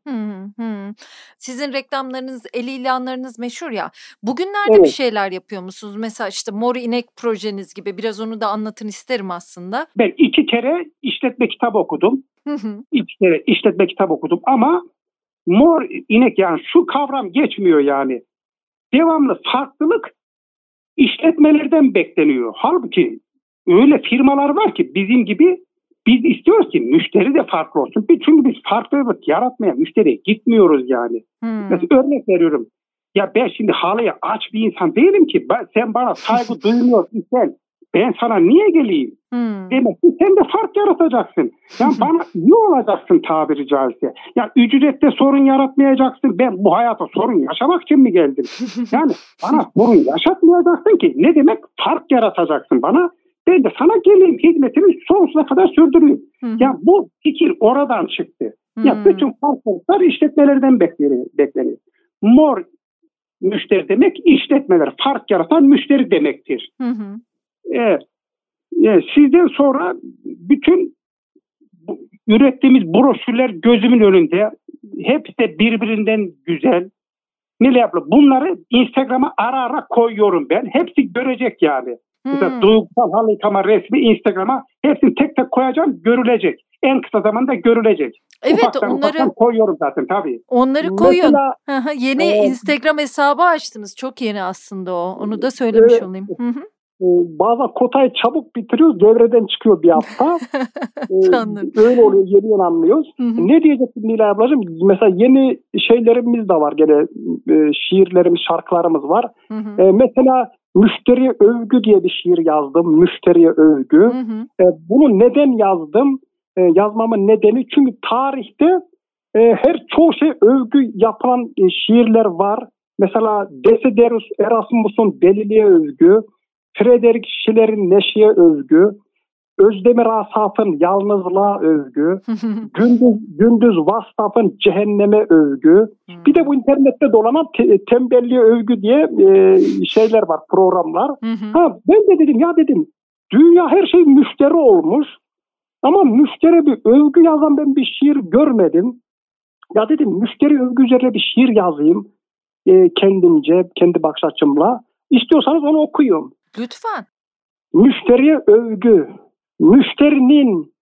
Sizin reklamlarınız, el ilanlarınız meşhur ya. Bugünlerde bir şeyler yapıyor musunuz? Mesela işte Mor İnek projeniz gibi. Biraz onu da anlatın isterim aslında. Ben 2 kere işletme kitabı okudum. 2 kere işletme kitabı okudum ama Mor İnek yani şu kavram geçmiyor yani. Devamlı farklılık işletmelerden bekleniyor. Halbuki öyle firmalar var ki bizim gibi biz istiyoruz ki müşteri de farklı olsun. Çünkü biz farklılık yaratmaya müşteriye gitmiyoruz yani. Mesela örnek veriyorum. Ya ben şimdi halıya aç bir insan değilim ki. Sen bana saygı duymuyorsun. Ben sana niye geleyim? Demek ki sen de fark yaratacaksın. Yani bana iyi olacaksın tabiri caizse. Ya ücrette sorun yaratmayacaksın. Ben bu hayata sorun yaşamak için mi geldim? Yani bana sorun yaşatmayacaksın ki. Ne demek? Fark yaratacaksın bana. Ben de sana geleyim hizmetimi sonsuza kadar sürdüreyim. Ya bu fikir oradan çıktı. Ya bütün farklılıklar işletmelerden bekleniyor. Mor müşteri demek işletmeler. Fark yaratan müşteri demektir. Evet. Sizden sonra bütün ürettiğimiz broşürler gözümün önünde. Hepsi de birbirinden güzel. Bunları Instagram'a ara koyuyorum ben. Hepsi görecek yani. Mesela duygusal halı yıkama resmi Instagram'a hepsini tek tek koyacağım, görülecek. en kısa zamanda görülecek. Evet, ufaktan koyuyorum zaten tabii. Onları koyun. Yeni Instagram hesabı açtınız. Çok yeni aslında o. Onu da söylemiş olayım. Bazen kotayı çabuk bitiriyoruz. Devreden çıkıyor bir hafta. Öyle oluyor. Yeni anlıyoruz. Ne diyecektim Nilay ablacığım? Mesela yeni şeylerimiz de var. Gene şiirlerimiz, şarkılarımız var. Mesela Müşteri Övgü diye bir şiir yazdım. Müşteriye övgü. Bunu neden yazdım? Yazmamın nedeni çünkü tarihte çoğu şey övgü yapılan şiirler var. Mesela Desiderius Erasmus'un Deliliğe övgü, Friedrich Schiller'in Neşe'ye övgü, Özdemir Asaf'ın Yalnızlığa övgü, Gündüz Vastaf'ın Cehenneme övgü. Bir de bu internette dolanan Tembelliğe övgü diye şeyler var, programlar. Ben de dedim dünya her şey müşteri olmuş. Ama müşteri bir övgü yazan ben bir şiir görmedim. Ya dedim müşteri övgü üzerine bir şiir yazayım kendimce, kendi bakış açımla. İstiyorsanız onu okuyun. Lütfen. Müşteriye övgü, müşterinin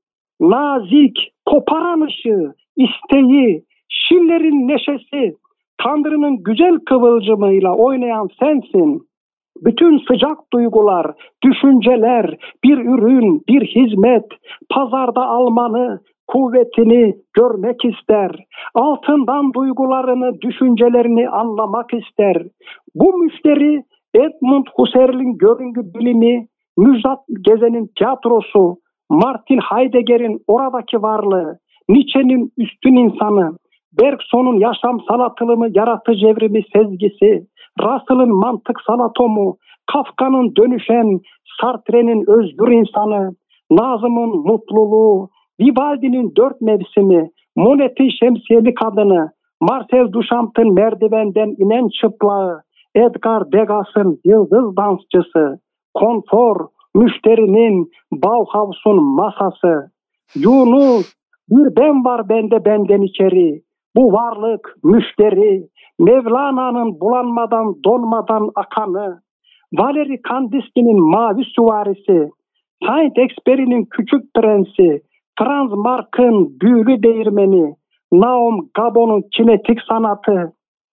nazik, koparanışı, isteği, Schiller'in neşesi, Tanrı'nın güzel kıvılcımıyla oynayan sensin. Bütün sıcak duygular, düşünceler, bir ürün, bir hizmet, pazarda almanı, kuvvetini görmek ister. Altından duygularını, düşüncelerini anlamak ister. Bu müşteri Edmund Husserl'in görüngü bilimi, Müjdat Gezen'in tiyatrosu, Martin Heidegger'in oradaki varlığı, Nietzsche'nin üstün insanı, Bergson'un yaşam sanatılımı, yaratıcı evrimi sezgisi, Russell'ın mantıksal atomu, Kafka'nın dönüşen, Sartre'nin özgür insanı, Nazım'ın mutluluğu, Vivaldi'nin dört mevsimi, Monet'in şemsiyeli kadını, Marcel Duchamp'ın merdivenden inen çıplağı, Edgar Degas'ın yıldız dansçısı, konfor, müşterinin, Bauhaus'un masası, Yunus, bir ben var bende benden içeri, bu varlık müşteri, Mevlana'nın bulanmadan donmadan akanı, Valeri Kandinsky'nin mavi süvarisi, Saint-Exupéry'nin küçük prensi, Franz Marc'ın büyülü değirmeni, Naum Gabon'un kinetik sanatı,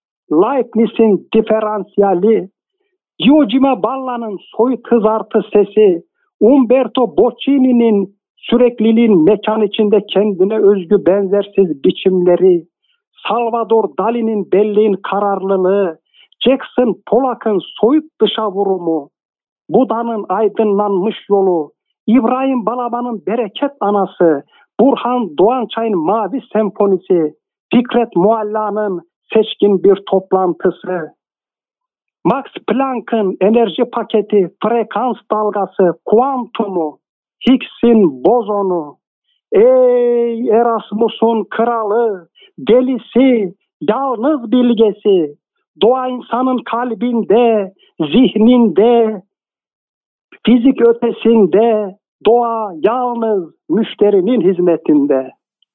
Leibniz'in diferansiyali, Giorgio Balla'nın soy kızartı sesi, Umberto Bocchini'nin sürekliliğin mekan içinde kendine özgü benzersiz biçimleri, Salvador Dali'nin belleğin kararlılığı, Jackson Pollock'ın soyut dışa vurumu, Buda'nın aydınlanmış yolu, İbrahim Balaban'ın bereket anası, Burhan Doğançay'ın mavi senfonisi, Fikret Mualla'nın seçkin bir toplantısı, Max Planck'ın enerji paketi, frekans dalgası, kuantumu, Higgs'in bozonu, ey Erasmus'un kralı, delisi, yalnız bilgesi, doğa insanın kalbinde, zihninde, fizik ötesinde, doğa yalnız müşterinin hizmetinde.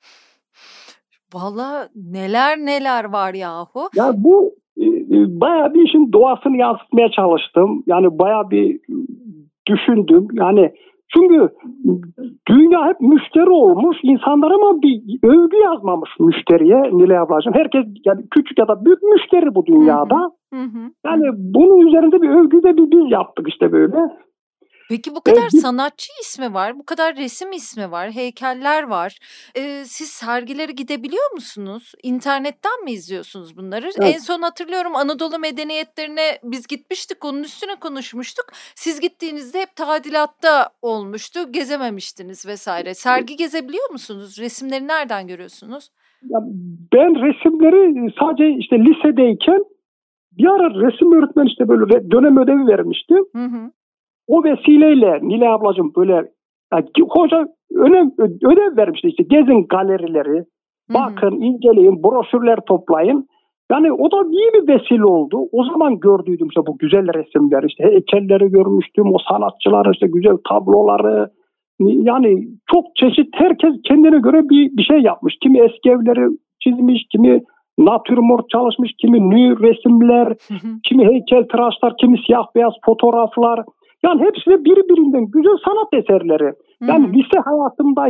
Vallahi neler var yahu. Ya bu bayağı bir işin doğasını yansıtmaya çalıştım. Yani bayağı bir düşündüm. Yani çünkü dünya hep müşteri olmuş. İnsanlar ama bir övgü yazmamış müşteriye Nilay ablacığım. Herkes yani küçük ya da büyük müşteri bu dünyada. Yani bunun üzerinde bir övgü de biz yaptık işte böyle. Peki bu kadar sanatçı ismi var, bu kadar resim ismi var, heykeller var. Siz sergilere gidebiliyor musunuz? İnternetten mi izliyorsunuz bunları? Evet. En son hatırlıyorum Anadolu medeniyetlerine biz gitmiştik, onun üstüne konuşmuştuk. Siz gittiğinizde hep tadilatta olmuştu, gezememiştiniz vesaire. Sergi gezebiliyor musunuz? Resimleri nereden görüyorsunuz? Ya ben resimleri sadece işte lisedeyken bir ara resim öğretmeni işte böyle dönem ödevi vermişti. O vesileyle Nilay ablacığım böyle yani, hoca ödev vermişti işte gezin galerileri, bakın, inceleyin, broşürler toplayın. Yani o da iyi bir vesile oldu. O zaman gördüydüm işte bu güzel resimler, işte heykelleri görmüştüm, o sanatçıların işte güzel tabloları. Yani çok çeşit, herkes kendine göre bir şey yapmış. Kimi eski evleri çizmiş, kimi natürmort çalışmış, kimi nü resimler, kimi heykeltıraşlar, kimi siyah beyaz fotoğraflar. Yani hepsi de birbirinden güzel sanat eserleri. Yani lise hayatımdayken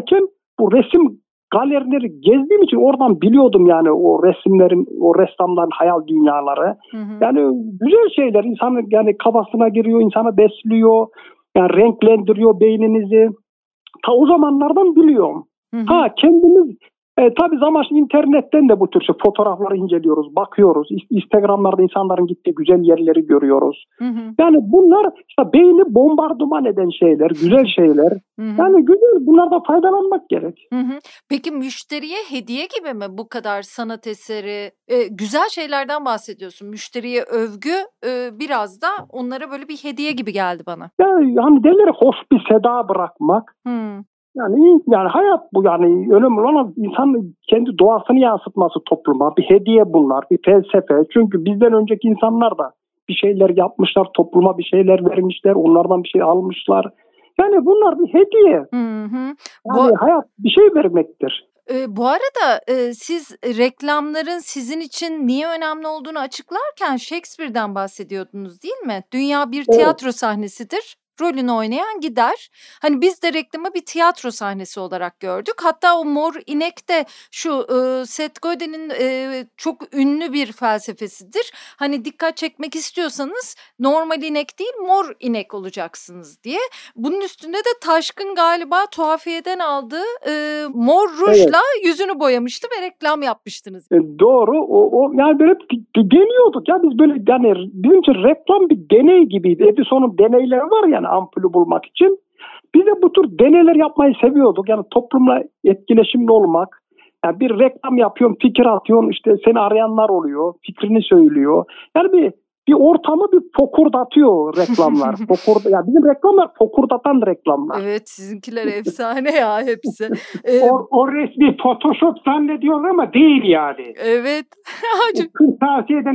bu resim galerileri gezdiğim için oradan biliyordum yani o resimlerin, o ressamların hayal dünyaları. Yani güzel şeyler insanın yani kafasına giriyor, insanı besliyor, yani renklendiriyor beyninizi. Ta o zamanlardan biliyorum. Kendimiz tabii zaman internetten de bu tür fotoğrafları inceliyoruz, bakıyoruz. Instagram'larda insanların gittiği güzel yerleri görüyoruz. Yani bunlar işte beyni bombardıman eden şeyler, güzel şeyler. Yani güzel, bunlardan faydalanmak gerek. Peki müşteriye hediye gibi mi bu kadar sanat eseri? Güzel şeylerden bahsediyorsun. Müşteriye övgü biraz da onlara böyle bir hediye gibi geldi bana. Yani derler hoş bir seda bırakmak. Yani hayat bu, yani önemli olan insanın kendi doğasını yansıtması topluma. Bir hediye bunlar, bir felsefe. Çünkü bizden önceki insanlar da bir şeyler yapmışlar, topluma bir şeyler vermişler, onlardan bir şey almışlar. Yani bunlar bir hediye. Yani hayat bir şey vermektir. Bu arada siz reklamların sizin için niye önemli olduğunu açıklarken Shakespeare'den bahsediyordunuz değil mi? Dünya bir tiyatro sahnesidir. Rolünü oynayan gider. Hani biz de reklamı bir tiyatro sahnesi olarak gördük. Hatta o Mor İnek de şu Seth Godin'in çok ünlü bir felsefesidir. Hani dikkat çekmek istiyorsanız normal inek değil mor inek olacaksınız diye. Bunun üstünde de Taşkın galiba tuhafiyeden aldığı mor rujla yüzünü boyamıştı ve reklam yapmıştınız. Doğru. O yani böyle deniyorduk ya biz böyle, yani bizim için reklam bir deney gibiydi. Edison'un deneyleri var yani ampulü bulmak için. Biz de bu tür deneyler yapmayı seviyorduk. Yani toplumla etkileşimli olmak. Yani bir reklam yapıyorsun, fikir atıyorsun, işte seni arayanlar oluyor, fikrini söylüyor. Yani bir ortamı bir fokurdatıyor reklamlar. Yani bizim reklamlar fokurdatan reklamlar. Evet, sizinkiler efsane ya hepsi. O resmi Photoshop zannediyorlar ama değil yani. Evet. Kırtasiyeden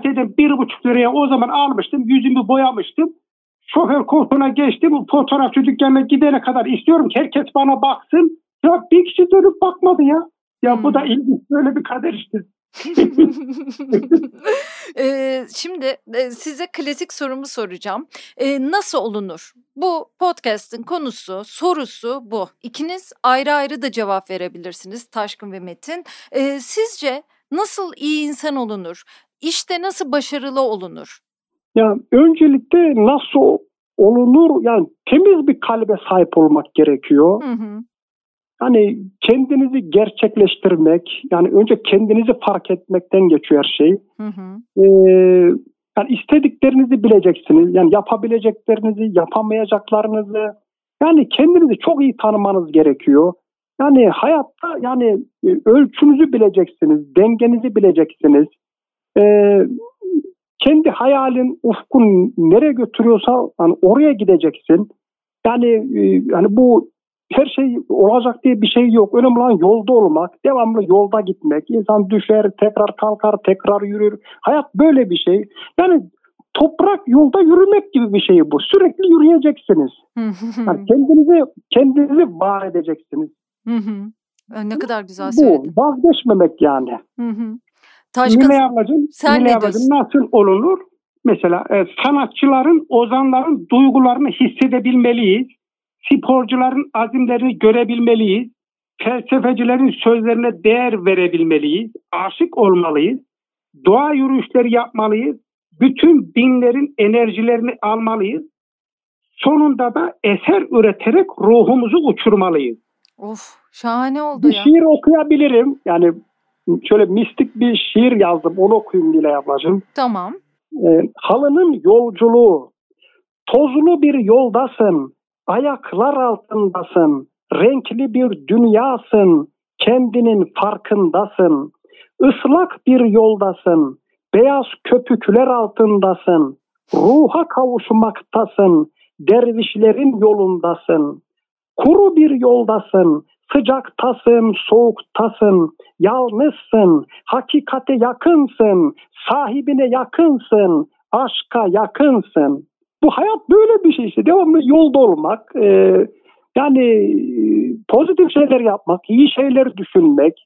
1,5 liraya o zaman almıştım, yüzümü boyamıştım. Şoför koltuğuna geçtim, fotoğrafçı dükkanına gidene kadar istiyorum ki herkes bana baksın. Ya bir kişi dönüp bakmadı ya. Ya bu da ilginç, böyle bir kader işte. Şimdi size klasik sorumu soracağım. Nasıl olunur? Bu podcast'ın sorusu bu. İkiniz ayrı ayrı da cevap verebilirsiniz, Taşkın ve Metin. Sizce nasıl iyi insan olunur? İşte nasıl başarılı olunur? Ya öncelikle nasıl olunur? Yani temiz bir kalbe sahip olmak gerekiyor. Hani kendinizi gerçekleştirmek, yani önce kendinizi fark etmekten geçiyor her şey. Yani istediklerinizi bileceksiniz. Yani yapabileceklerinizi, yapamayacaklarınızı. Yani kendinizi çok iyi tanımanız gerekiyor. Yani hayatta yani ölçünüzü bileceksiniz, dengenizi bileceksiniz. Kendi hayalin, ufkun nereye götürüyorsa hani oraya gideceksin. Yani bu her şey olacak diye bir şey yok. Önemli olan yolda olmak, devamlı yolda gitmek. İnsan düşer, tekrar kalkar, tekrar yürür. Hayat böyle bir şey. Yani toprak yolda yürümek gibi bir şey bu. Sürekli yürüyeceksiniz. Yani kendinizi var edeceksiniz. Ne kadar güzel söyledin. Bu vazgeçmemek yani. Nilay ablacığım nasıl olunur? Mesela sanatçıların, ozanların duygularını hissedebilmeliyiz. Sporcuların azimlerini görebilmeliyiz. Felsefecilerin sözlerine değer verebilmeliyiz. Aşık olmalıyız. Doğa yürüyüşleri yapmalıyız. Bütün dinlerin enerjilerini almalıyız. Sonunda da eser üreterek ruhumuzu uçurmalıyız. Of, şahane oldu ya. Bir şiir okuyabilirim. Yani şöyle mistik bir şiir yazdım. Onu okuyayım Nilay ablacığım. Tamam. Halının yolculuğu. Tozlu bir yoldasın. Ayaklar altındasın. Renkli bir dünyasın. Kendinin farkındasın. Islak bir yoldasın. Beyaz köpükler altındasın. Ruha kavuşmaktasın. Dervişlerin yolundasın. Kuru bir yoldasın. Sıcaktasın, soğuktasın. Yalnızsın. Hakikate yakınsın. Sahibine yakınsın. Aşka yakınsın. Bu hayat böyle bir şey işte. Devamlı yolda olmak. Yani pozitif şeyler yapmak, iyi şeyler düşünmek,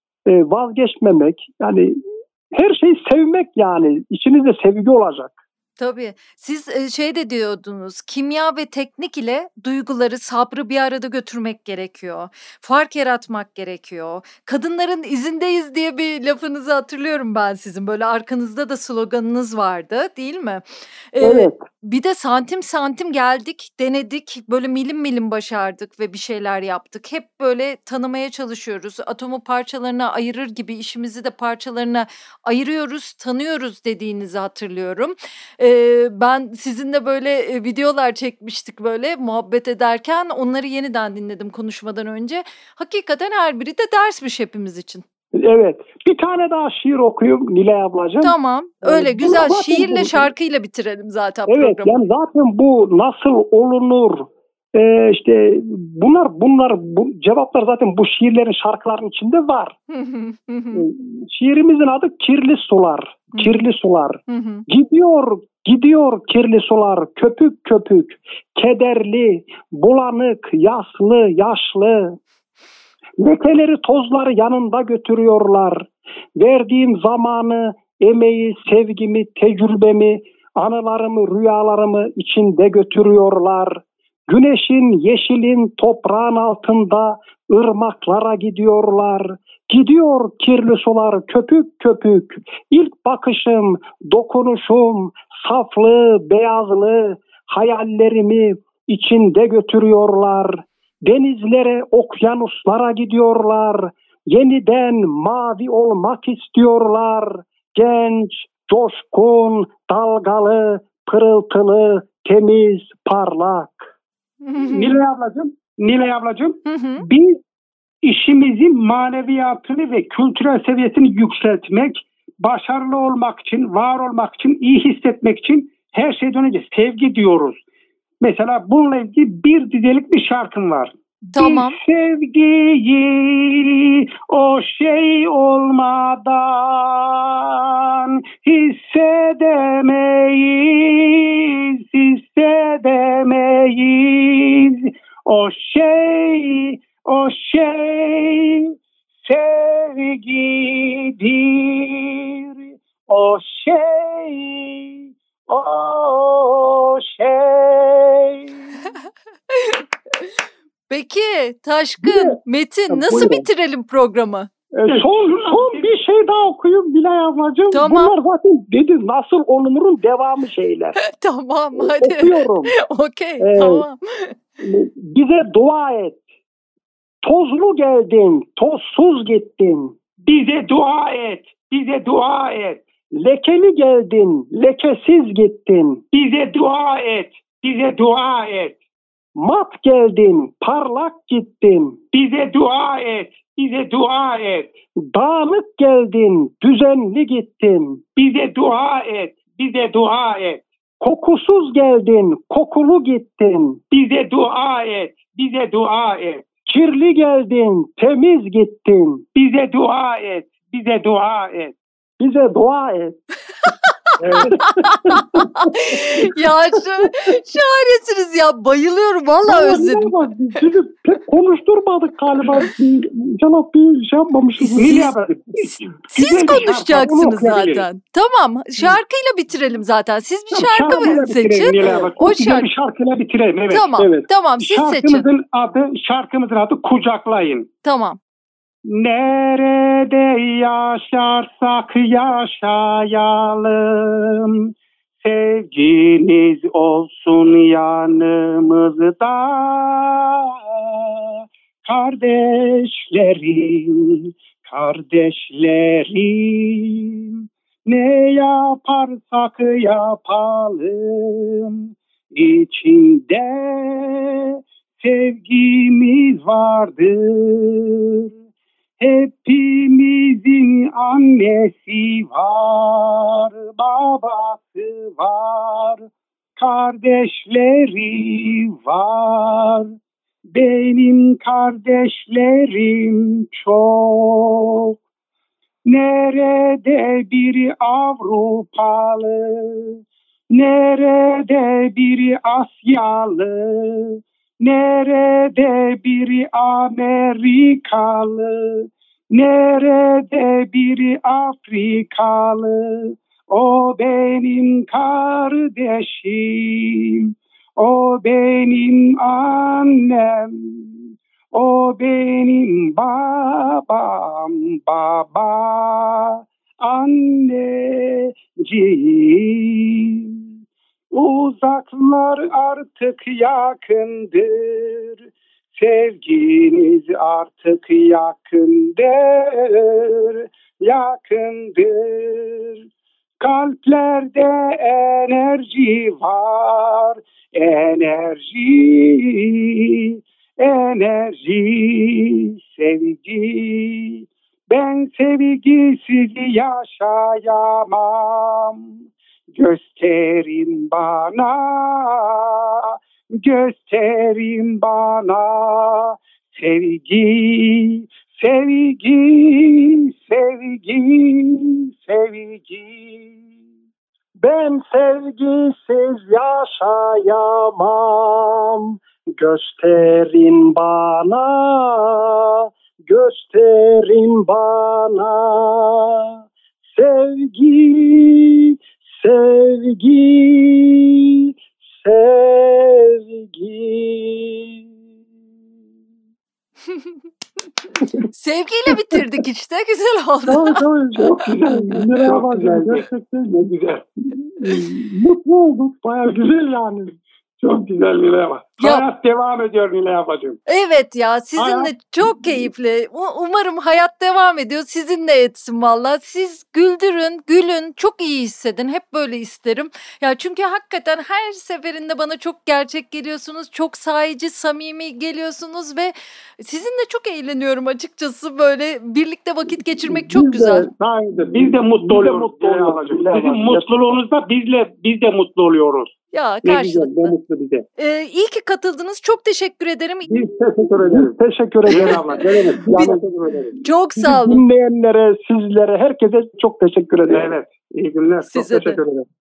vazgeçmemek. Yani her şeyi sevmek yani. İçinizde sevgi olacak. Tabii. Siz şey de diyordunuz, kimya ve teknik ile duyguları, sabrı bir arada götürmek gerekiyor. Fark yaratmak gerekiyor. Kadınların izindeyiz diye bir lafınızı hatırlıyorum ben sizin. Böyle arkanızda da sloganınız vardı, değil mi? Evet. Bir de santim santim geldik, denedik, böyle milim milim başardık ve bir şeyler yaptık. Hep böyle tanımaya çalışıyoruz. Atomu parçalarına ayırır gibi işimizi de parçalarına ayırıyoruz, tanıyoruz dediğinizi hatırlıyorum. Ben sizinle böyle videolar çekmiştik böyle muhabbet ederken. Onları yeniden dinledim konuşmadan önce. Hakikaten her biri de dersmiş hepimiz için. Evet. Bir tane daha şiir okuyayım Nilay ablacığım. Tamam. Öyle güzel şiirle şarkıyla bitirelim zaten evet, programı. Yani zaten bu nasıl olunur? İşte bunlar bu cevaplar zaten bu şiirlerin, şarkıların içinde var. Şiirimizin adı Kirli Sular. Kirli Sular. Gidiyor kirli sular köpük köpük, kederli, bulanık, yaslı, yaşlı. Lekeleri, tozları yanında götürüyorlar. Verdiğim zamanı, emeği, sevgimi, tecrübemi, anılarımı, rüyalarımı içinde götürüyorlar. Güneşin, yeşilin, toprağın altında ırmaklara gidiyorlar. Gidiyor kirli sular köpük köpük. İlk bakışım, dokunuşum, saflı, beyazlı, hayallerimi içinde götürüyorlar. Denizlere, okyanuslara gidiyorlar. Yeniden mavi olmak istiyorlar. Genç, coşkun, dalgalı, pırıltılı, temiz, parlak. Nilay ablacığım, biz işimizin maneviyatını ve kültürel seviyesini yükseltmek, başarılı olmak için, var olmak için, iyi hissetmek için her şeyden önce sevgi diyoruz. Mesela bununla ilgili bir dizelik bir şarkım var. Tamam. Bir sevgiyi o şey olmadan hissedemeyiz. O şey sevgidir. O şey Peki Taşkın, Metin nasıl bitirelim programı? Son bir şey daha okuyayım Bilay ablacığım. Tamam. Bunlar zaten dedi nasıl olunurun devamı şeyler. Tamam hadi. Okuyorum. Okey tamam. Bize dua et. Tozlu geldin, tozsuz gittin. Bize dua et, bize dua et. Lekeli geldin, lekesiz gittin. Bize dua et, bize dua et. Mat geldin, parlak gittin. Bize dua et, bize dua et. Dağınık geldin, düzenli gittin. Bize dua et, bize dua et. Kokusuz geldin, kokulu gittin. Bize dua et, bize dua et. Kirli geldin, temiz gittin. Bize dua et, bize dua et. Bize dua et. Ya şahanesiniz ya, bayılıyorum vallahi özledim. Sizi pek konuşturmadık galiba. İnşallah bir şey yapmamışız. Siz konuşacaksınız zaten. Tamam, şarkıyla bitirelim zaten. Siz bir şarkı seçin. O şarkı. Bir şarkıyla bitirelim. Evet. Tamam, evet. Tamam siz seçin. Şarkımızın adı Kucaklayın. Tamam. Nerede yaşarsak yaşayalım, sevginiz olsun yanımızda. Kardeşlerim, ne yaparsak yapalım, içinde sevgimiz vardır. Hepimizin annesi var, babası var, kardeşleri var. Benim kardeşlerim çok. Nerede biri Avrupalı, nerede biri Asyalı, nerede biri Amerikalı, nerede biri Afrikalı, O benim kardeşim, o benim annem, o benim babam, baba, anneciğim. Uzaklar artık yakındır, sevginiz artık yakındır, yakındır. Kalplerde enerji var, enerji, enerji, sevgi. Ben sevgisiz yaşayamam. Gösterin bana, gösterin bana sevgi, sevgi, sevgi, sevgi. Ben sevgisiz yaşayamam. Gösterin bana, gösterin bana sevgi, sevgi, sevgi. Sevgiyle bitirdik işte. Güzel oldu. Tabii, çok güzel. Çok güzel. Gerçekten güzel. mutlu olduk. Bayağı güzel yani. Çok güzel Nilay abla. Hayat devam ediyor Nilay ablacığım. Evet ya, sizinle çok keyifli. Umarım hayat devam ediyor. Sizinle etsin valla. Siz güldürün, gülün, çok iyi hissedin. Hep böyle isterim. Ya çünkü hakikaten her seferinde bana çok gerçek geliyorsunuz. Çok sahici, samimi geliyorsunuz ve sizinle çok eğleniyorum açıkçası. Böyle birlikte vakit geçirmek çok güzel. Biz de mutlu oluyoruz. Sizin mutluluğunuzda biz de mutlu oluyoruz. Ya karşılıklı. Ne mutlu bize. İyi ki katıldınız. Çok teşekkür ederim. Biz teşekkür ederiz. Teşekkür ederim. Çok sağ olun. Dinleyenlere, sizlere, herkese çok teşekkür ederim. Evet. İyi günler. Size çok teşekkür ederim.